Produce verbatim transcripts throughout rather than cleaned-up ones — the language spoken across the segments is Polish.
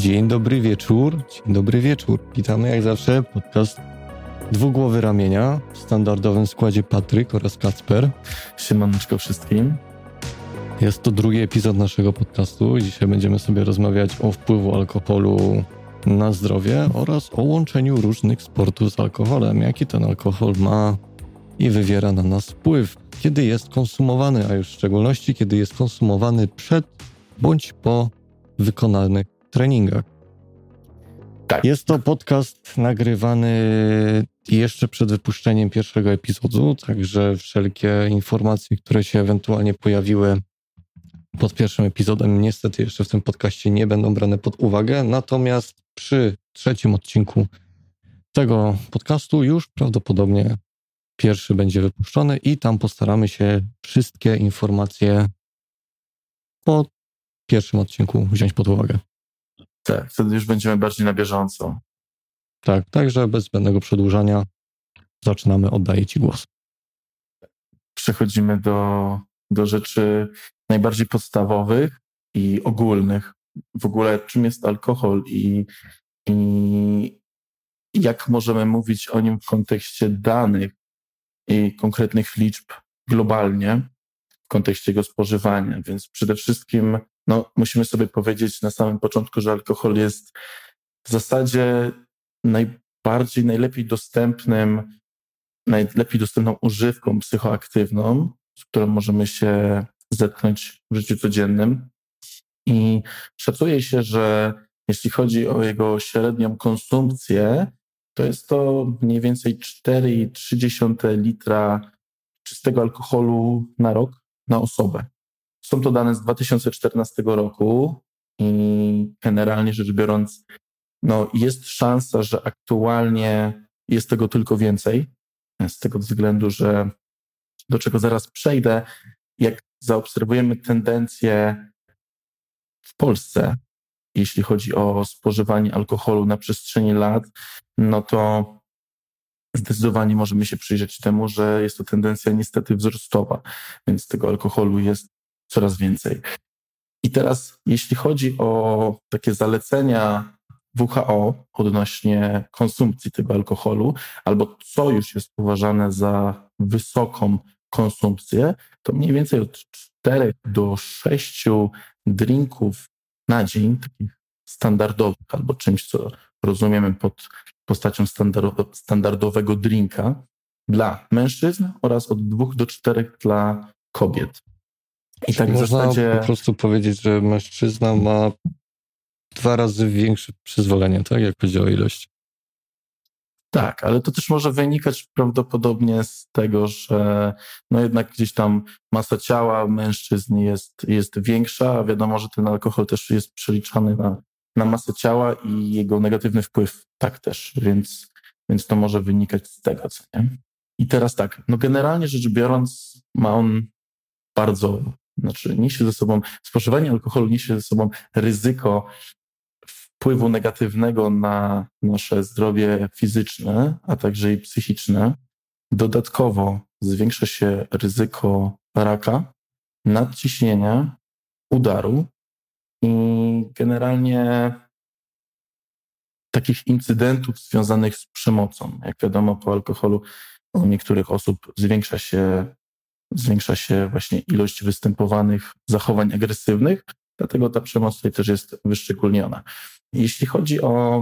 Dzień dobry wieczór, dzień dobry wieczór. Witamy jak zawsze, podcast Dwugłowy Ramienia. W standardowym składzie Patryk oraz Kacper. Siemaneczko wszystkim. Jest to drugi epizod naszego podcastu. Dzisiaj będziemy sobie rozmawiać o wpływu alkoholu na zdrowie oraz o łączeniu różnych sportów z alkoholem. Jaki ten alkohol ma i wywiera na nas wpływ. Kiedy jest konsumowany, a już w szczególności kiedy jest konsumowany przed bądź po wykonanych treningach. Tak. Jest to podcast nagrywany jeszcze przed wypuszczeniem pierwszego epizodu, także wszelkie informacje, które się ewentualnie pojawiły pod pierwszym epizodem, niestety jeszcze w tym podcaście nie będą brane pod uwagę, natomiast przy trzecim odcinku tego podcastu już prawdopodobnie pierwszy będzie wypuszczony i tam postaramy się wszystkie informacje po pierwszym odcinku wziąć pod uwagę. Tak, wtedy już będziemy bardziej na bieżąco. Tak, także bez zbędnego przedłużania zaczynamy, oddaję Ci głos. Przechodzimy do, do rzeczy najbardziej podstawowych i ogólnych. W ogóle czym jest alkohol i, i jak możemy mówić o nim w kontekście danych i konkretnych liczb globalnie, w kontekście jego spożywania. Więc przede wszystkim no, musimy sobie powiedzieć na samym początku, że alkohol jest w zasadzie najbardziej, najlepiej dostępnym, najlepiej dostępną używką psychoaktywną, z którą możemy się zetknąć w życiu codziennym. I szacuje się, że jeśli chodzi o jego średnią konsumpcję, to jest to mniej więcej cztery i trzy dziesiąte litra czystego alkoholu na rok na osobę. Są to dane z dwa tysiące czternastego roku i generalnie rzecz biorąc, no jest szansa, że aktualnie jest tego tylko więcej, z tego względu, że do czego zaraz przejdę, jak zaobserwujemy tendencje w Polsce, jeśli chodzi o spożywanie alkoholu na przestrzeni lat, no to zdecydowanie możemy się przyjrzeć temu, że jest to tendencja niestety wzrostowa, więc tego alkoholu jest coraz więcej. I teraz, jeśli chodzi o takie zalecenia W H O odnośnie konsumpcji tego alkoholu, albo co już jest uważane za wysoką konsumpcję, to mniej więcej od czterech do sześciu drinków na dzień, takich standardowych, albo czymś, co rozumiemy pod postacią standardowego drinka dla mężczyzn oraz od dwóch do czterech dla kobiet. I tak w można zasadzie po prostu powiedzieć, że mężczyzna ma dwa razy większe przyzwolenie, tak? Jak chodzi o ilość. Tak, ale to też może wynikać prawdopodobnie z tego, że no jednak gdzieś tam masa ciała mężczyzn jest, jest większa, a wiadomo, że ten alkohol też jest przeliczany na, na masę ciała i jego negatywny wpływ tak też, więc, więc to może wynikać z tego, co nie? I teraz tak, no generalnie rzecz biorąc ma on bardzo, znaczy niesie ze sobą, spożywanie alkoholu niesie ze sobą ryzyko wpływu negatywnego na nasze zdrowie fizyczne, a także i psychiczne. Dodatkowo zwiększa się ryzyko raka, nadciśnienia, udaru i generalnie takich incydentów związanych z przemocą. Jak wiadomo, po alkoholu u niektórych osób zwiększa się zwiększa się właśnie ilość występowanych zachowań agresywnych, dlatego ta przemoc tutaj też jest wyszczególniona. Jeśli chodzi o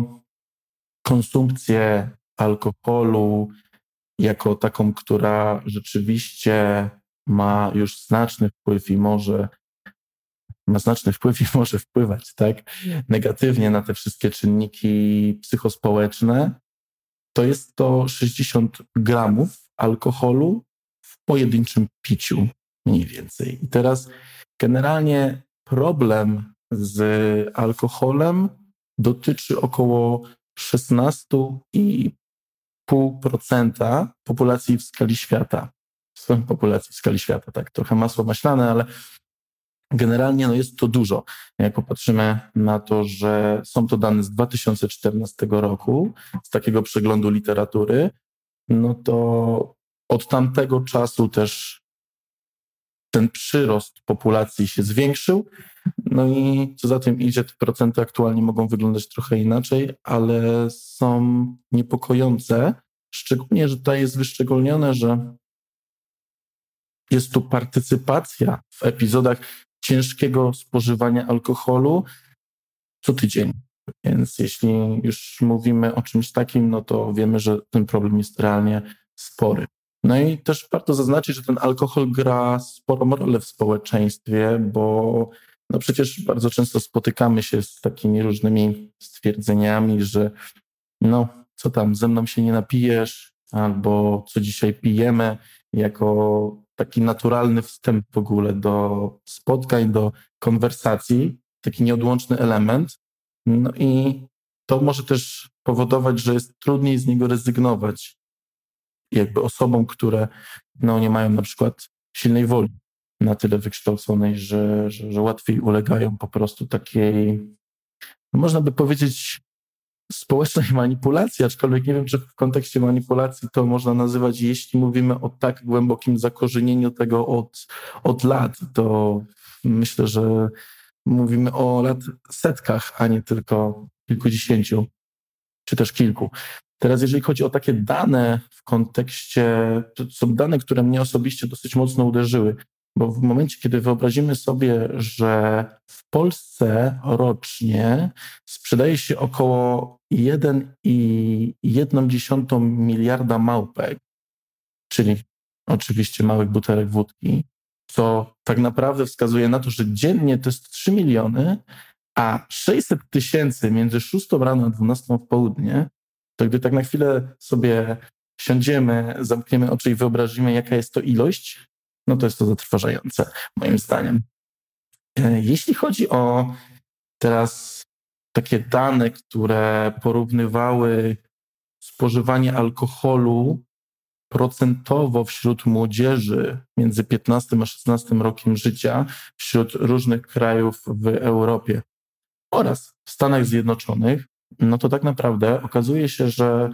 konsumpcję alkoholu jako taką, która rzeczywiście ma już znaczny wpływ i może ma znaczny wpływ i może wpływać tak negatywnie na te wszystkie czynniki psychospołeczne, to jest to sześćdziesiąt gramów alkoholu w pojedynczym piciu mniej więcej. I teraz generalnie problem z alkoholem dotyczy około szesnaście i pół procent populacji w skali świata. Populacji w skali świata, tak, trochę masło maślane, ale generalnie no jest to dużo. Jak popatrzymy na to, że są to dane z dwa tysiące czternastego roku, z takiego przeglądu literatury, no to od tamtego czasu też ten przyrost populacji się zwiększył. No i co za tym idzie, te procenty aktualnie mogą wyglądać trochę inaczej, ale są niepokojące. Szczególnie, że tutaj jest wyszczególnione, że jest tu partycypacja w epizodach ciężkiego spożywania alkoholu co tydzień. Więc jeśli już mówimy o czymś takim, no to wiemy, że ten problem jest realnie spory. No i też warto zaznaczyć, że ten alkohol gra sporą rolę w społeczeństwie, bo no przecież bardzo często spotykamy się z takimi różnymi stwierdzeniami, że no co tam, ze mną się nie napijesz, albo co dzisiaj pijemy, jako taki naturalny wstęp w ogóle do spotkań, do konwersacji, taki nieodłączny element. No i to może też powodować, że jest trudniej z niego rezygnować. Jakby osobom, które no, nie mają na przykład silnej woli na tyle wykształconej, że, że, że łatwiej ulegają po prostu takiej, no, można by powiedzieć, społecznej manipulacji, aczkolwiek nie wiem, czy w kontekście manipulacji to można nazywać, jeśli mówimy o tak głębokim zakorzenieniu tego od, od lat, to myślę, że mówimy o lat setkach, a nie tylko kilkudziesięciu, czy też kilku. Teraz jeżeli chodzi o takie dane w kontekście, to są dane, które mnie osobiście dosyć mocno uderzyły, bo w momencie, kiedy wyobrazimy sobie, że w Polsce rocznie sprzedaje się około jeden i jedna dziesiąta miliarda małpek, czyli oczywiście małych butelek wódki, co tak naprawdę wskazuje na to, że dziennie to jest trzy miliony, a sześćset tysięcy między szóstą rano a dwunastą w południe, to gdy tak na chwilę sobie siądziemy, zamkniemy oczy i wyobrazimy, jaka jest to ilość, no to jest to zatrważające, moim zdaniem. Jeśli chodzi o teraz takie dane, które porównywały spożywanie alkoholu procentowo wśród młodzieży między piętnastym a szesnastym rokiem życia wśród różnych krajów w Europie oraz w Stanach Zjednoczonych, no to tak naprawdę okazuje się, że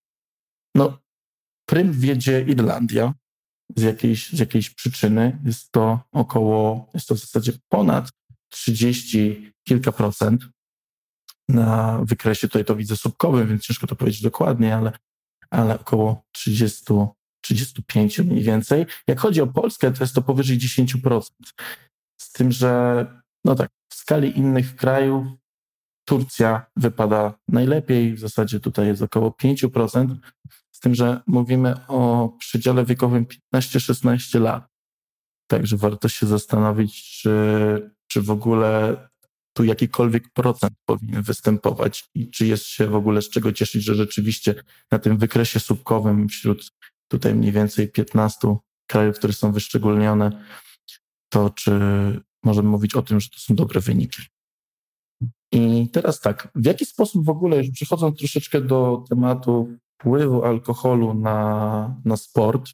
no, prym wiedzie Irlandia z jakiejś, z jakiejś przyczyny. Jest to około, jest to w zasadzie ponad trzydzieści kilka procent na wykresie, tutaj to widzę słupkowym, więc ciężko to powiedzieć dokładnie, ale, ale około trzydzieści, trzydzieści pięć mniej więcej. Jak chodzi o Polskę, to jest to powyżej dziesięć procent. Z tym, że no tak, w skali innych krajów Turcja wypada najlepiej, w zasadzie tutaj jest około pięć procent, z tym, że mówimy o przedziale wiekowym piętnaście szesnaście lat. Także warto się zastanowić, czy, czy w ogóle tu jakikolwiek procent powinien występować i czy jest się w ogóle z czego cieszyć, że rzeczywiście na tym wykresie słupkowym wśród tutaj mniej więcej piętnastu krajów, które są wyszczególnione, to czy możemy mówić o tym, że to są dobre wyniki. I teraz tak, w jaki sposób w ogóle, już przechodząc troszeczkę do tematu wpływu alkoholu na, na sport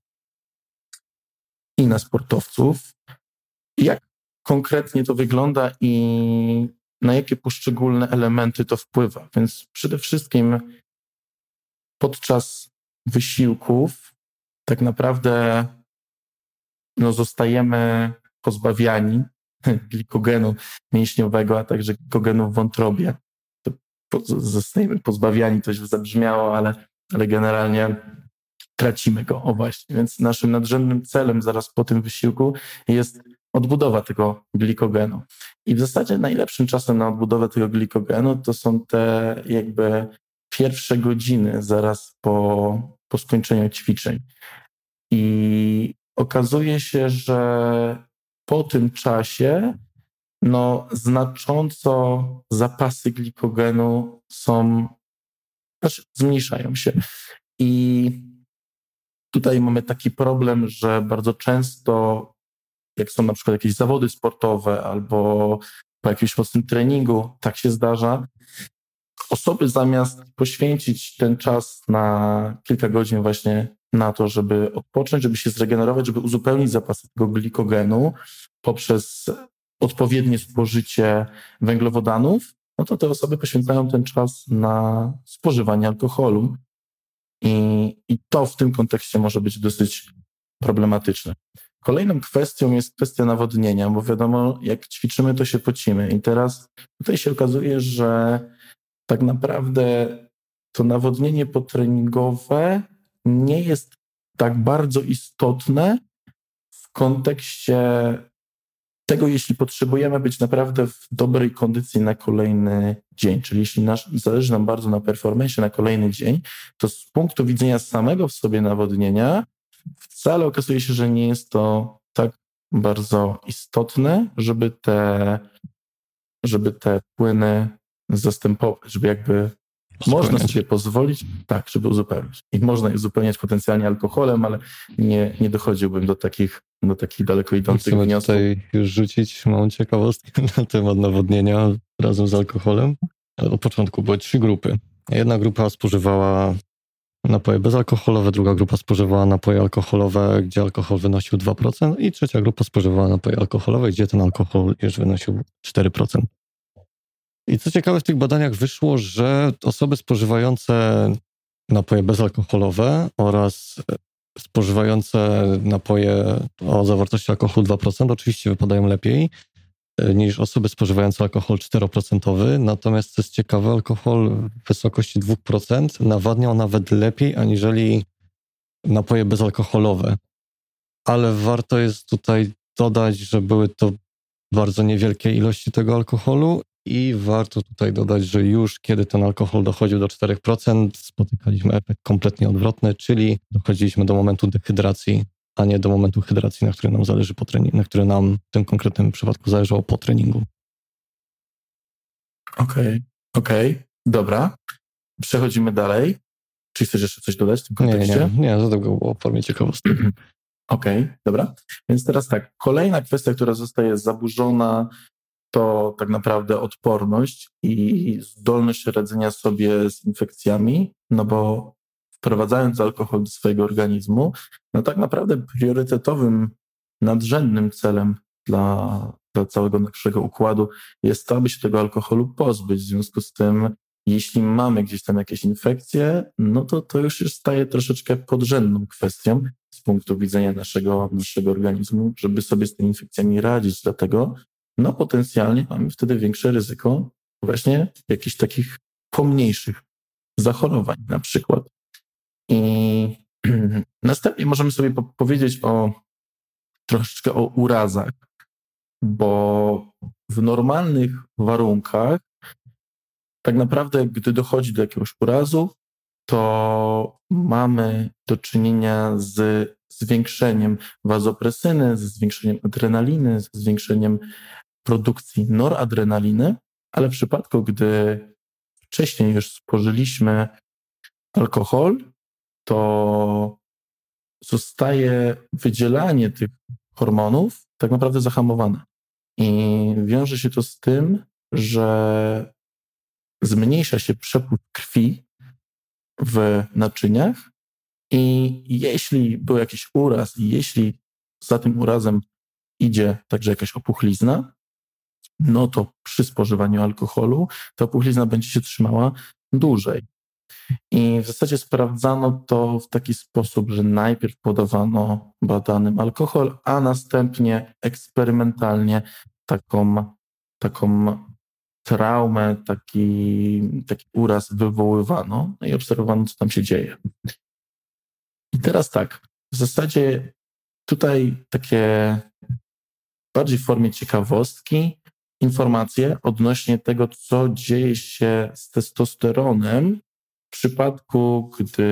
i na sportowców, jak konkretnie to wygląda i na jakie poszczególne elementy to wpływa. Więc przede wszystkim podczas wysiłków tak naprawdę no, zostajemy pozbawiani glikogenu mięśniowego, a także glikogenu w wątrobie. To zostajemy pozbawiani, to źle zabrzmiało, ale, ale generalnie tracimy go. O właśnie, więc naszym nadrzędnym celem zaraz po tym wysiłku jest odbudowa tego glikogenu. I w zasadzie najlepszym czasem na odbudowę tego glikogenu to są te jakby pierwsze godziny zaraz po, po skończeniu ćwiczeń. I okazuje się, że po tym czasie no, znacząco zapasy glikogenu są, znaczy zmniejszają się. I tutaj mamy taki problem, że bardzo często, jak są na przykład jakieś zawody sportowe albo po jakimś mocnym treningu, tak się zdarza, osoby zamiast poświęcić ten czas na kilka godzin właśnie na to, żeby odpocząć, żeby się zregenerować, żeby uzupełnić zapasy tego glikogenu poprzez odpowiednie spożycie węglowodanów, no to te osoby poświęcają ten czas na spożywanie alkoholu. I, i to w tym kontekście może być dosyć problematyczne. Kolejną kwestią jest kwestia nawodnienia, bo wiadomo, jak ćwiczymy, to się pocimy. I teraz tutaj się okazuje, że tak naprawdę to nawodnienie potreningowe nie jest tak bardzo istotne w kontekście tego, jeśli potrzebujemy być naprawdę w dobrej kondycji na kolejny dzień, czyli jeśli nasz, zależy nam bardzo na performance na kolejny dzień, to z punktu widzenia samego w sobie nawodnienia wcale okazuje się, że nie jest to tak bardzo istotne, żeby te, żeby te płyny zastępować, żeby jakby można sobie pozwolić, tak, żeby uzupełnić. I można je uzupełniać potencjalnie alkoholem, ale nie, nie dochodziłbym do takich, do takich daleko idących Chcemy wniosków. tutaj już rzucić małą ciekawostkę na temat nawodnienia razem z alkoholem. Od początku były trzy grupy. Jedna grupa spożywała napoje bezalkoholowe, druga grupa spożywała napoje alkoholowe, gdzie alkohol wynosił dwa procent i trzecia grupa spożywała napoje alkoholowe, gdzie ten alkohol już wynosił cztery procent. I co ciekawe, w tych badaniach wyszło, że osoby spożywające napoje bezalkoholowe oraz spożywające napoje o zawartości alkoholu dwa procent oczywiście wypadają lepiej niż osoby spożywające alkohol cztery procent. Natomiast co jest ciekawe, alkohol w wysokości dwa procent nawadniał nawet lepiej aniżeli napoje bezalkoholowe. Ale warto jest tutaj dodać, że były to bardzo niewielkie ilości tego alkoholu i warto tutaj dodać, że już kiedy ten alkohol dochodził do cztery procent, spotykaliśmy efekt kompletnie odwrotny, czyli dochodziliśmy do momentu dehydracji, a nie do momentu hydracji, na który nam zależy po treningu, na który nam w tym konkretnym przypadku zależało po treningu. Okej, okay, okej, okay, dobra. Przechodzimy dalej. Czy chcesz jeszcze coś dodać w tym kontekście? Nie, nie, nie, to było w formie ciekawostki. Okej, okay, dobra. Więc teraz tak, kolejna kwestia, która zostaje zaburzona, to tak naprawdę odporność i zdolność radzenia sobie z infekcjami, no bo wprowadzając alkohol do swojego organizmu, no tak naprawdę priorytetowym, nadrzędnym celem dla, dla całego naszego układu jest to, aby się tego alkoholu pozbyć. W związku z tym, jeśli mamy gdzieś tam jakieś infekcje, no to to już się staje troszeczkę podrzędną kwestią z punktu widzenia naszego, naszego organizmu, żeby sobie z tymi infekcjami radzić. Dlatego no potencjalnie mamy wtedy większe ryzyko właśnie jakichś takich pomniejszych zachorowań na przykład. I następnie możemy sobie po- powiedzieć o troszeczkę o urazach, bo w normalnych warunkach tak naprawdę, gdy dochodzi do jakiegoś urazu, to mamy do czynienia z zwiększeniem wazopresyny, ze zwiększeniem adrenaliny, ze zwiększeniem produkcji noradrenaliny, ale w przypadku, gdy wcześniej już spożyliśmy alkohol, to zostaje wydzielanie tych hormonów tak naprawdę zahamowane. I wiąże się to z tym, że zmniejsza się przepływ krwi w naczyniach i jeśli był jakiś uraz i jeśli za tym urazem idzie także jakaś opuchlizna, no to przy spożywaniu alkoholu ta opuchlizna będzie się trzymała dłużej. I w zasadzie sprawdzano to w taki sposób, że najpierw podawano badanym alkohol, a następnie eksperymentalnie taką, taką traumę, taki, taki uraz wywoływano no i obserwowano, co tam się dzieje. I teraz tak, w zasadzie tutaj takie bardziej w formie ciekawostki informacje odnośnie tego, co dzieje się z testosteronem w przypadku, gdy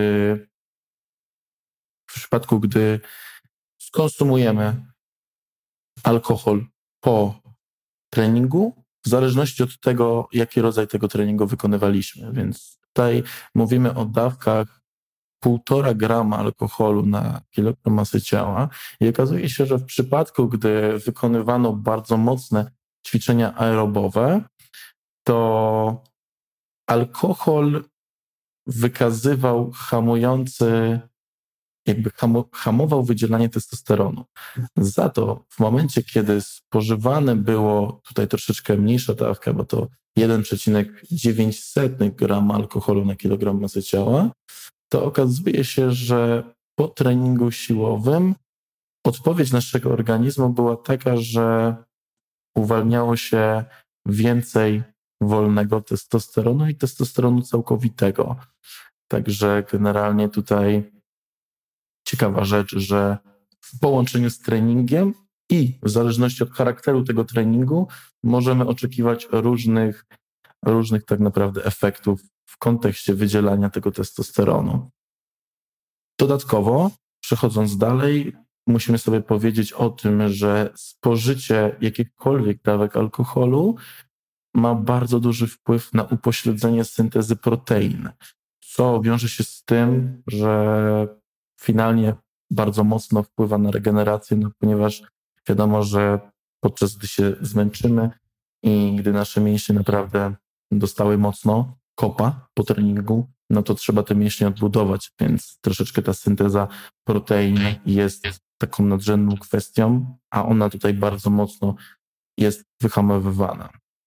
w przypadku, gdy skonsumujemy alkohol po treningu, w zależności od tego, jaki rodzaj tego treningu wykonywaliśmy. Więc tutaj mówimy o dawkach półtora grama alkoholu na kilogram masy ciała i okazuje się, że w przypadku, gdy wykonywano bardzo mocne ćwiczenia aerobowe, to alkohol wykazywał hamujący, jakby hamował wydzielanie testosteronu. Za to w momencie, kiedy spożywane było tutaj troszeczkę mniejsza dawka, bo to jeden przecinek dziewięć grama alkoholu na kilogram masy ciała, to okazuje się, że po treningu siłowym odpowiedź naszego organizmu była taka, że uwalniało się więcej wolnego testosteronu i testosteronu całkowitego. Także generalnie tutaj ciekawa rzecz, że w połączeniu z treningiem i w zależności od charakteru tego treningu możemy oczekiwać różnych, różnych tak naprawdę efektów w kontekście wydzielania tego testosteronu. Dodatkowo, przechodząc dalej, musimy sobie powiedzieć o tym, że spożycie jakichkolwiek dawek alkoholu ma bardzo duży wpływ na upośledzenie syntezy protein, co wiąże się z tym, że finalnie bardzo mocno wpływa na regenerację, no ponieważ wiadomo, że podczas gdy się zmęczymy i gdy nasze mięśnie naprawdę dostały mocno kopa po treningu, no to trzeba te mięśnie odbudować, więc troszeczkę ta synteza protein jest taką nadrzędną kwestią, a ona tutaj bardzo mocno jest wyhamowywana.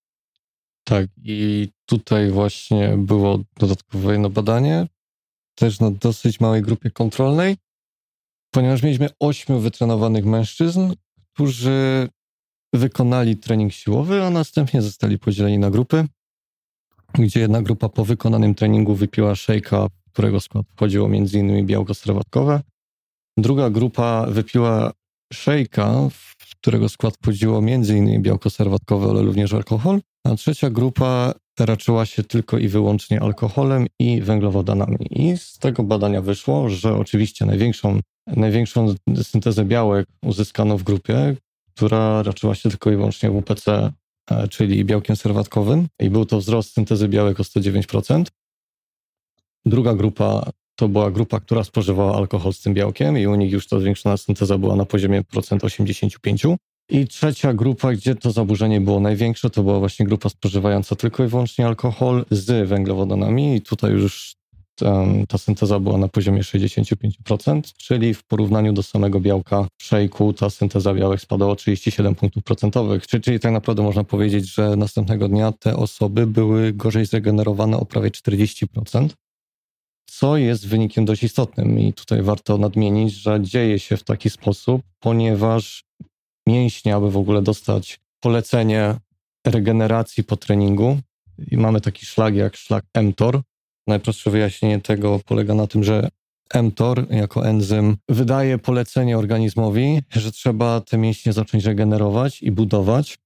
Tak, i tutaj właśnie było dodatkowe jedno badanie, też na dosyć małej grupie kontrolnej, ponieważ mieliśmy ośmiu wytrenowanych mężczyzn, którzy wykonali trening siłowy, a następnie zostali podzieleni na grupy, gdzie jedna grupa po wykonanym treningu wypiła szejka, w którego skład wchodziło między innymi białko serwatkowe. Druga grupa wypiła szejka, w którego skład wchodziło między innymi białko serwatkowe, ale również alkohol. A trzecia grupa raczyła się tylko i wyłącznie alkoholem i węglowodanami. I z tego badania wyszło, że oczywiście największą, największą syntezę białek uzyskano w grupie, która raczyła się tylko i wyłącznie W P C, czyli białkiem serwatkowym. I był to wzrost syntezy białek o sto dziewięć procent. Druga grupa to była grupa, która spożywała alkohol z tym białkiem i u nich już ta zwiększona synteza była na poziomie procent osiemdziesiąt pięć. I trzecia grupa, gdzie to zaburzenie było największe, to była właśnie grupa spożywająca tylko i wyłącznie alkohol z węglowodanami i tutaj już ta, ta synteza była na poziomie sześćdziesiąt pięć procent, czyli w porównaniu do samego białka w szejku ta synteza białek spadła o trzydzieści siedem punktów procentowych, czyli, czyli tak naprawdę można powiedzieć, że następnego dnia te osoby były gorzej zregenerowane o prawie czterdzieści procent. Co jest wynikiem dość istotnym i tutaj warto nadmienić, że dzieje się w taki sposób, ponieważ mięśnie, aby w ogóle dostać polecenie regeneracji po treningu, i mamy taki szlak jak szlak mTOR. Najprostsze wyjaśnienie tego polega na tym, że mTOR jako enzym wydaje polecenie organizmowi, że trzeba te mięśnie zacząć regenerować i budować.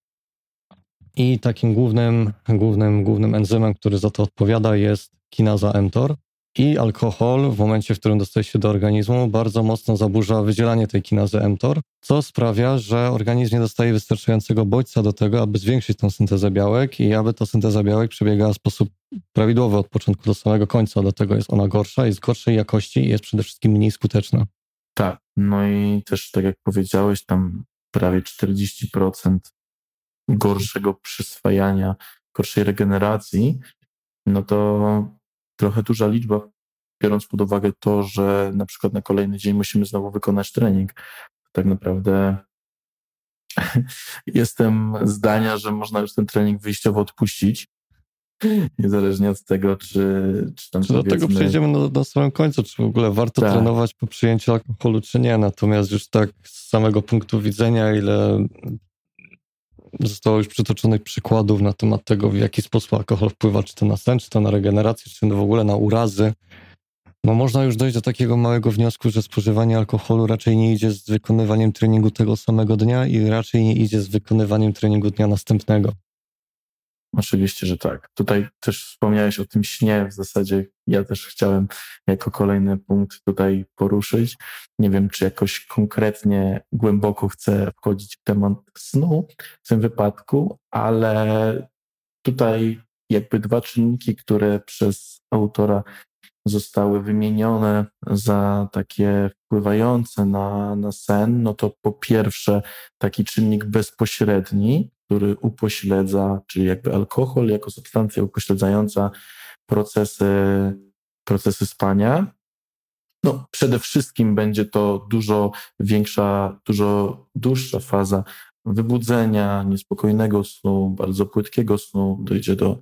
I takim głównym, głównym, głównym enzymem, który za to odpowiada, jest kinaza mTOR. I alkohol w momencie, w którym dostaje się do organizmu, bardzo mocno zaburza wydzielanie tej kinazy mTOR, co sprawia, że organizm nie dostaje wystarczającego bodźca do tego, aby zwiększyć tą syntezę białek i aby ta synteza białek przebiegała w sposób prawidłowy od początku do samego końca, dlatego jest ona gorsza, jest gorszej jakości i jest przede wszystkim mniej skuteczna. Tak, no i też tak jak powiedziałeś, tam prawie czterdzieści procent gorszego przyswajania, gorszej regeneracji, no to trochę duża liczba, biorąc pod uwagę to, że na przykład na kolejny dzień musimy znowu wykonać trening. Tak naprawdę jestem zdania, że można już ten trening wyjściowo odpuścić, niezależnie od tego, czy, czy tam czy do powiedzmy... tego przejdziemy na, na samym końcu, czy w ogóle warto tak. trenować po przyjęciu alkoholu, czy nie. Natomiast już tak z samego punktu widzenia, ile zostało już przytoczonych przykładów na temat tego, w jaki sposób alkohol wpływa, czy to na sen, czy to na regenerację, czy to w ogóle na urazy. No można już dojść do takiego małego wniosku, że spożywanie alkoholu raczej nie idzie z wykonywaniem treningu tego samego dnia i raczej nie idzie z wykonywaniem treningu dnia następnego. Oczywiście, że tak. Tutaj też wspomniałeś o tym śnie, w zasadzie ja też chciałem jako kolejny punkt tutaj poruszyć. Nie wiem, czy jakoś konkretnie głęboko chcę wchodzić w temat snu w tym wypadku, ale tutaj jakby dwa czynniki, które przez autora zostały wymienione za takie wpływające na, na sen, no to po pierwsze taki czynnik bezpośredni, który upośledza, czyli jakby alkohol jako substancja upośledzająca procesy, procesy spania. No, przede wszystkim będzie to dużo większa, dużo dłuższa faza wybudzenia, niespokojnego snu, bardzo płytkiego snu, dojdzie do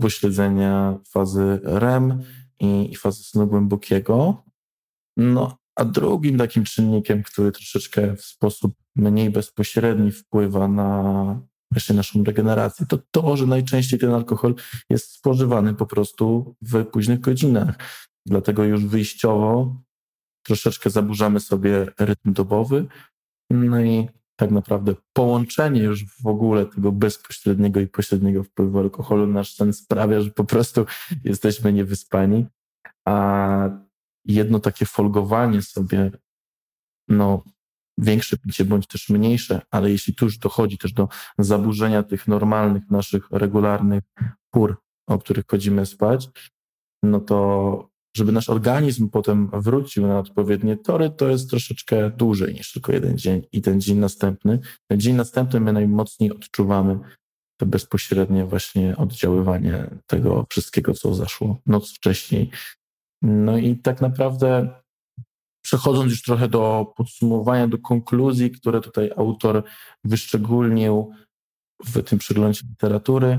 upośledzenia fazy R E M i, i fazy snu głębokiego. No A drugim takim czynnikiem, który troszeczkę w sposób mniej bezpośredni wpływa na właśnie naszą regenerację, to to, że najczęściej ten alkohol jest spożywany po prostu w późnych godzinach. Dlatego już wyjściowo troszeczkę zaburzamy sobie rytm dobowy. No i tak naprawdę połączenie już w ogóle tego bezpośredniego i pośredniego wpływu alkoholu na nasz sen sprawia, że po prostu jesteśmy niewyspani. A jedno takie folgowanie sobie, no większe picie bądź też mniejsze, ale jeśli tu już dochodzi też do zaburzenia tych normalnych, naszych regularnych pór, o których chodzimy spać, no to żeby nasz organizm potem wrócił na odpowiednie tory, to jest troszeczkę dłużej niż tylko jeden dzień i ten dzień następny. Ten dzień następny my najmocniej odczuwamy to bezpośrednie właśnie oddziaływanie tego wszystkiego, co zaszło noc wcześniej. No i tak naprawdę przechodząc już trochę do podsumowania, do konkluzji, które tutaj autor wyszczególnił w tym przeglądzie literatury,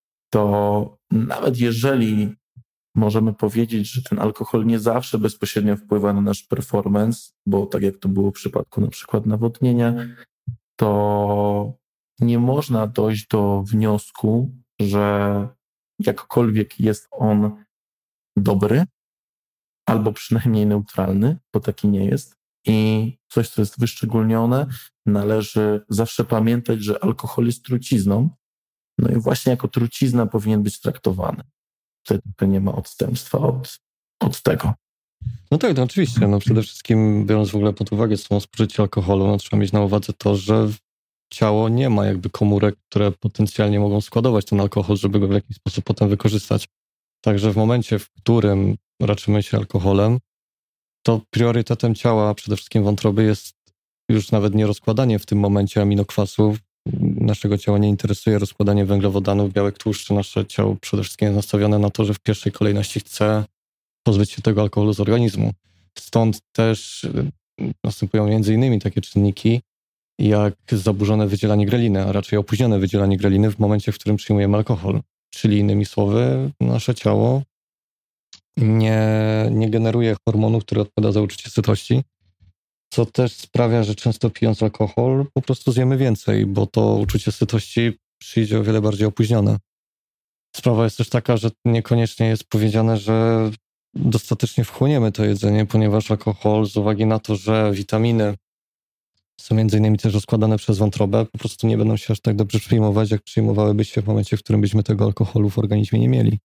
to nawet jeżeli możemy powiedzieć, że ten alkohol nie zawsze bezpośrednio wpływa na nasz performance, bo tak jak to było w przypadku na przykład nawodnienia, to nie można dojść do wniosku, że jakkolwiek jest on dobry, albo przynajmniej neutralny, bo taki nie jest. I coś, co jest wyszczególnione, należy zawsze pamiętać, że alkohol jest trucizną, no i właśnie jako trucizna powinien być traktowany. Wtedy nie ma odstępstwa od, od tego. No tak, no oczywiście. No przede wszystkim biorąc w ogóle pod uwagę samo spożycie alkoholu, no trzeba mieć na uwadze to, że ciało nie ma jakby komórek, które potencjalnie mogą składować ten alkohol, żeby go w jakiś sposób potem wykorzystać. Także w momencie, w którym raczymy się alkoholem, to priorytetem ciała, przede wszystkim wątroby, jest już nawet nie rozkładanie w tym momencie aminokwasów. Naszego ciała nie interesuje rozkładanie węglowodanów, białek, tłuszczy. Nasze ciało przede wszystkim jest nastawione na to, że w pierwszej kolejności chce pozbyć się tego alkoholu z organizmu. Stąd też następują między innymi takie czynniki, jak zaburzone wydzielanie greliny, a raczej opóźnione wydzielanie greliny w momencie, w którym przyjmujemy alkohol. Czyli innymi słowy, nasze ciało nie, nie generuje hormonu, który odpowiada za uczucie sytości, co też sprawia, że często pijąc alkohol po prostu zjemy więcej, bo to uczucie sytości przyjdzie o wiele bardziej opóźnione. Sprawa jest też taka, że niekoniecznie jest powiedziane, że dostatecznie wchłoniemy to jedzenie, ponieważ alkohol z uwagi na to, że witaminy są między innymi też rozkładane przez wątrobę, po prostu nie będą się aż tak dobrze przyjmować, jak przyjmowałyby się w momencie, w którym byśmy tego alkoholu w organizmie nie mieli.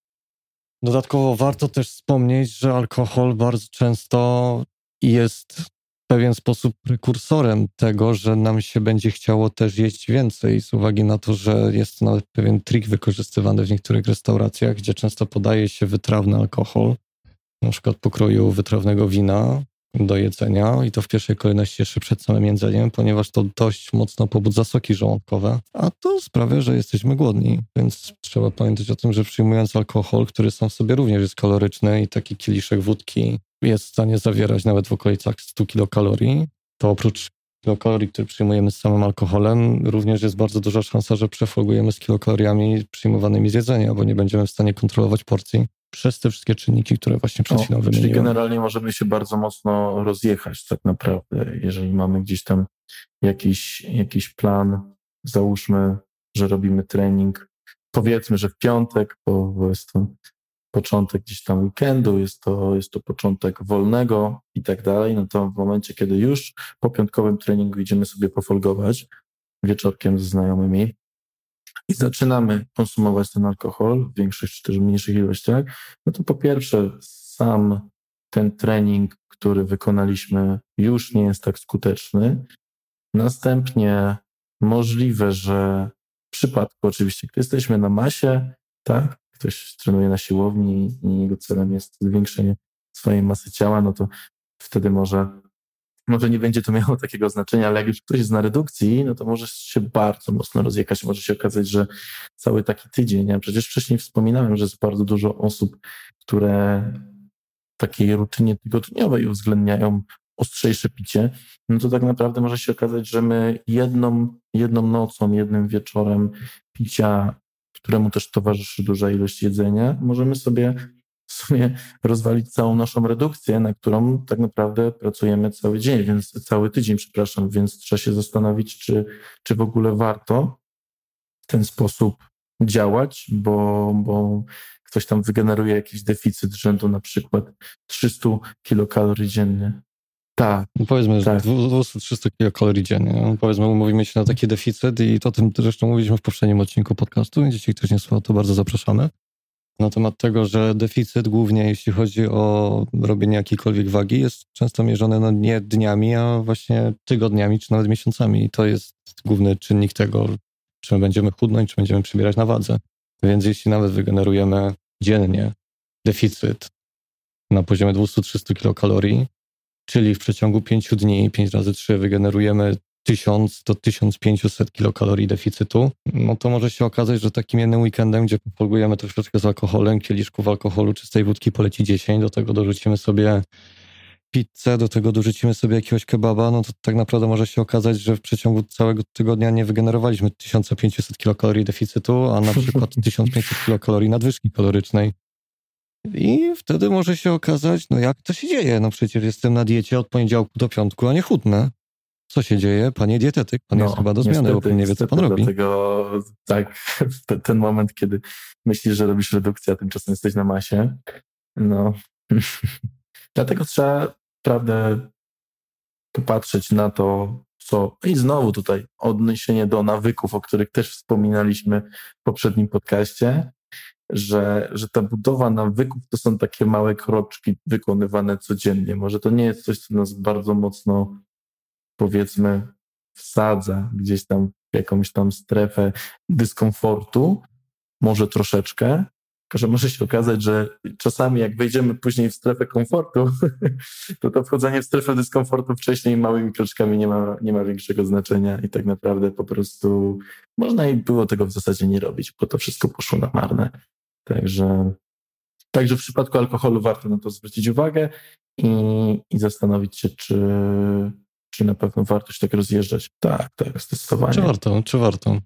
Dodatkowo warto też wspomnieć, że alkohol bardzo często jest w pewien sposób prekursorem tego, że nam się będzie chciało też jeść więcej, z uwagi na to, że jest nawet pewien trik wykorzystywany w niektórych restauracjach, gdzie często podaje się wytrawny alkohol, na przykład pokroju wytrawnego wina do jedzenia i to w pierwszej kolejności jeszcze przed samym jedzeniem, ponieważ to dość mocno pobudza soki żołądkowe, a to sprawia, że jesteśmy głodni, więc trzeba pamiętać o tym, że przyjmując alkohol, który sam w sobie również jest kaloryczny i taki kieliszek wódki jest w stanie zawierać nawet w okolicach stu kilokalorii, to oprócz kilokalorii, które przyjmujemy z samym alkoholem, również jest bardzo duża szansa, że przefolgujemy z kilokaloriami przyjmowanymi z jedzenia, bo nie będziemy w stanie kontrolować porcji przez te wszystkie czynniki, które właśnie przed chwilą wymieniłem. Czyli generalnie możemy się bardzo mocno rozjechać tak naprawdę, jeżeli mamy gdzieś tam jakiś, jakiś plan, załóżmy, że robimy trening, powiedzmy, że w piątek, bo, bo jest to początek gdzieś tam weekendu, jest to, jest to początek wolnego i tak dalej, no to w momencie, kiedy już po piątkowym treningu idziemy sobie pofolgować wieczorkiem ze znajomymi i zaczynamy konsumować ten alkohol w większych czy też mniejszych ilościach, no to po pierwsze sam ten trening, który wykonaliśmy, już nie jest tak skuteczny. Następnie możliwe, że w przypadku oczywiście, gdy jesteśmy na masie, tak, ktoś trenuje na siłowni i jego celem jest zwiększenie swojej masy ciała, no to wtedy może, może nie będzie to miało takiego znaczenia, ale jak już ktoś jest na redukcji, no to może się bardzo mocno rozjechać. Może się okazać, że cały taki tydzień, ja przecież wcześniej wspominałem, że jest bardzo dużo osób, które w takiej rutynie tygodniowej uwzględniają ostrzejsze picie, no to tak naprawdę może się okazać, że my jedną, jedną nocą, jednym wieczorem picia, któremu też towarzyszy duża ilość jedzenia, możemy sobie w sumie rozwalić całą naszą redukcję, na którą tak naprawdę pracujemy cały dzień, więc cały tydzień, przepraszam, więc trzeba się zastanowić, czy, czy w ogóle warto w ten sposób działać, bo, bo ktoś tam wygeneruje jakiś deficyt rzędu na przykład trzysta kilokalorii dziennie. Tak. No powiedzmy, tak. dwieście trzysta kilokalorii dziennie. No powiedzmy, umówimy się na taki deficyt i to o tym zresztą mówiliśmy w poprzednim odcinku podcastu, więc jeśli ktoś nie słuchał, to bardzo zapraszamy. Na temat tego, że deficyt głównie jeśli chodzi o robienie jakiejkolwiek wagi jest często mierzony no nie dniami, a właśnie tygodniami czy nawet miesiącami i to jest główny czynnik tego, czy my będziemy chudnąć, czy będziemy przybierać na wadze. Więc jeśli nawet wygenerujemy dziennie deficyt na poziomie dwieście trzysta kilokalorii, czyli w przeciągu pięciu dni, pięć razy trzy wygenerujemy tysiąc do tysiąc pięćset kilokalorii deficytu, no to może się okazać, że takim jednym weekendem, gdzie folgujemy troszeczkę z alkoholem, kieliszków alkoholu, czystej wódki poleci dziesięć, do tego dorzucimy sobie pizzę, do tego dorzucimy sobie jakiegoś kebaba, no to tak naprawdę może się okazać, że w przeciągu całego tygodnia nie wygenerowaliśmy tysiąc pięćset kilokalorii deficytu, a na przykład tysiąc pięćset kilokalorii nadwyżki kalorycznej. I wtedy może się okazać, no jak to się dzieje? No przecież jestem na diecie od poniedziałku do piątku, a nie chudnę. Co się dzieje? Panie dietetyk, pan no, jest chyba do zmiany, niestety, bo pan nie wie, co pan robi. Dlatego tak, ten moment, kiedy myślisz, że robisz redukcję, a tymczasem jesteś na masie, no dlatego trzeba, prawdę, popatrzeć na to, co... I znowu tutaj odniesienie do nawyków, o których też wspominaliśmy w poprzednim podcaście, że, że ta budowa nawyków to są takie małe kroczki wykonywane codziennie. Może to nie jest coś, co nas bardzo mocno, powiedzmy, wsadza gdzieś tam w jakąś tam strefę dyskomfortu, może troszeczkę, tylko że może się okazać, że czasami jak wejdziemy później w strefę komfortu, to to wchodzenie w strefę dyskomfortu wcześniej małymi kroczkami nie ma, nie ma większego znaczenia i tak naprawdę po prostu można i było tego w zasadzie nie robić, bo to wszystko poszło na marne. Także, także w przypadku alkoholu warto na to zwrócić uwagę i, i zastanowić się, czy, czy na pewno warto się tak rozjeżdżać. Tak, tak, zdecydowanie. Czy warto, czy warto?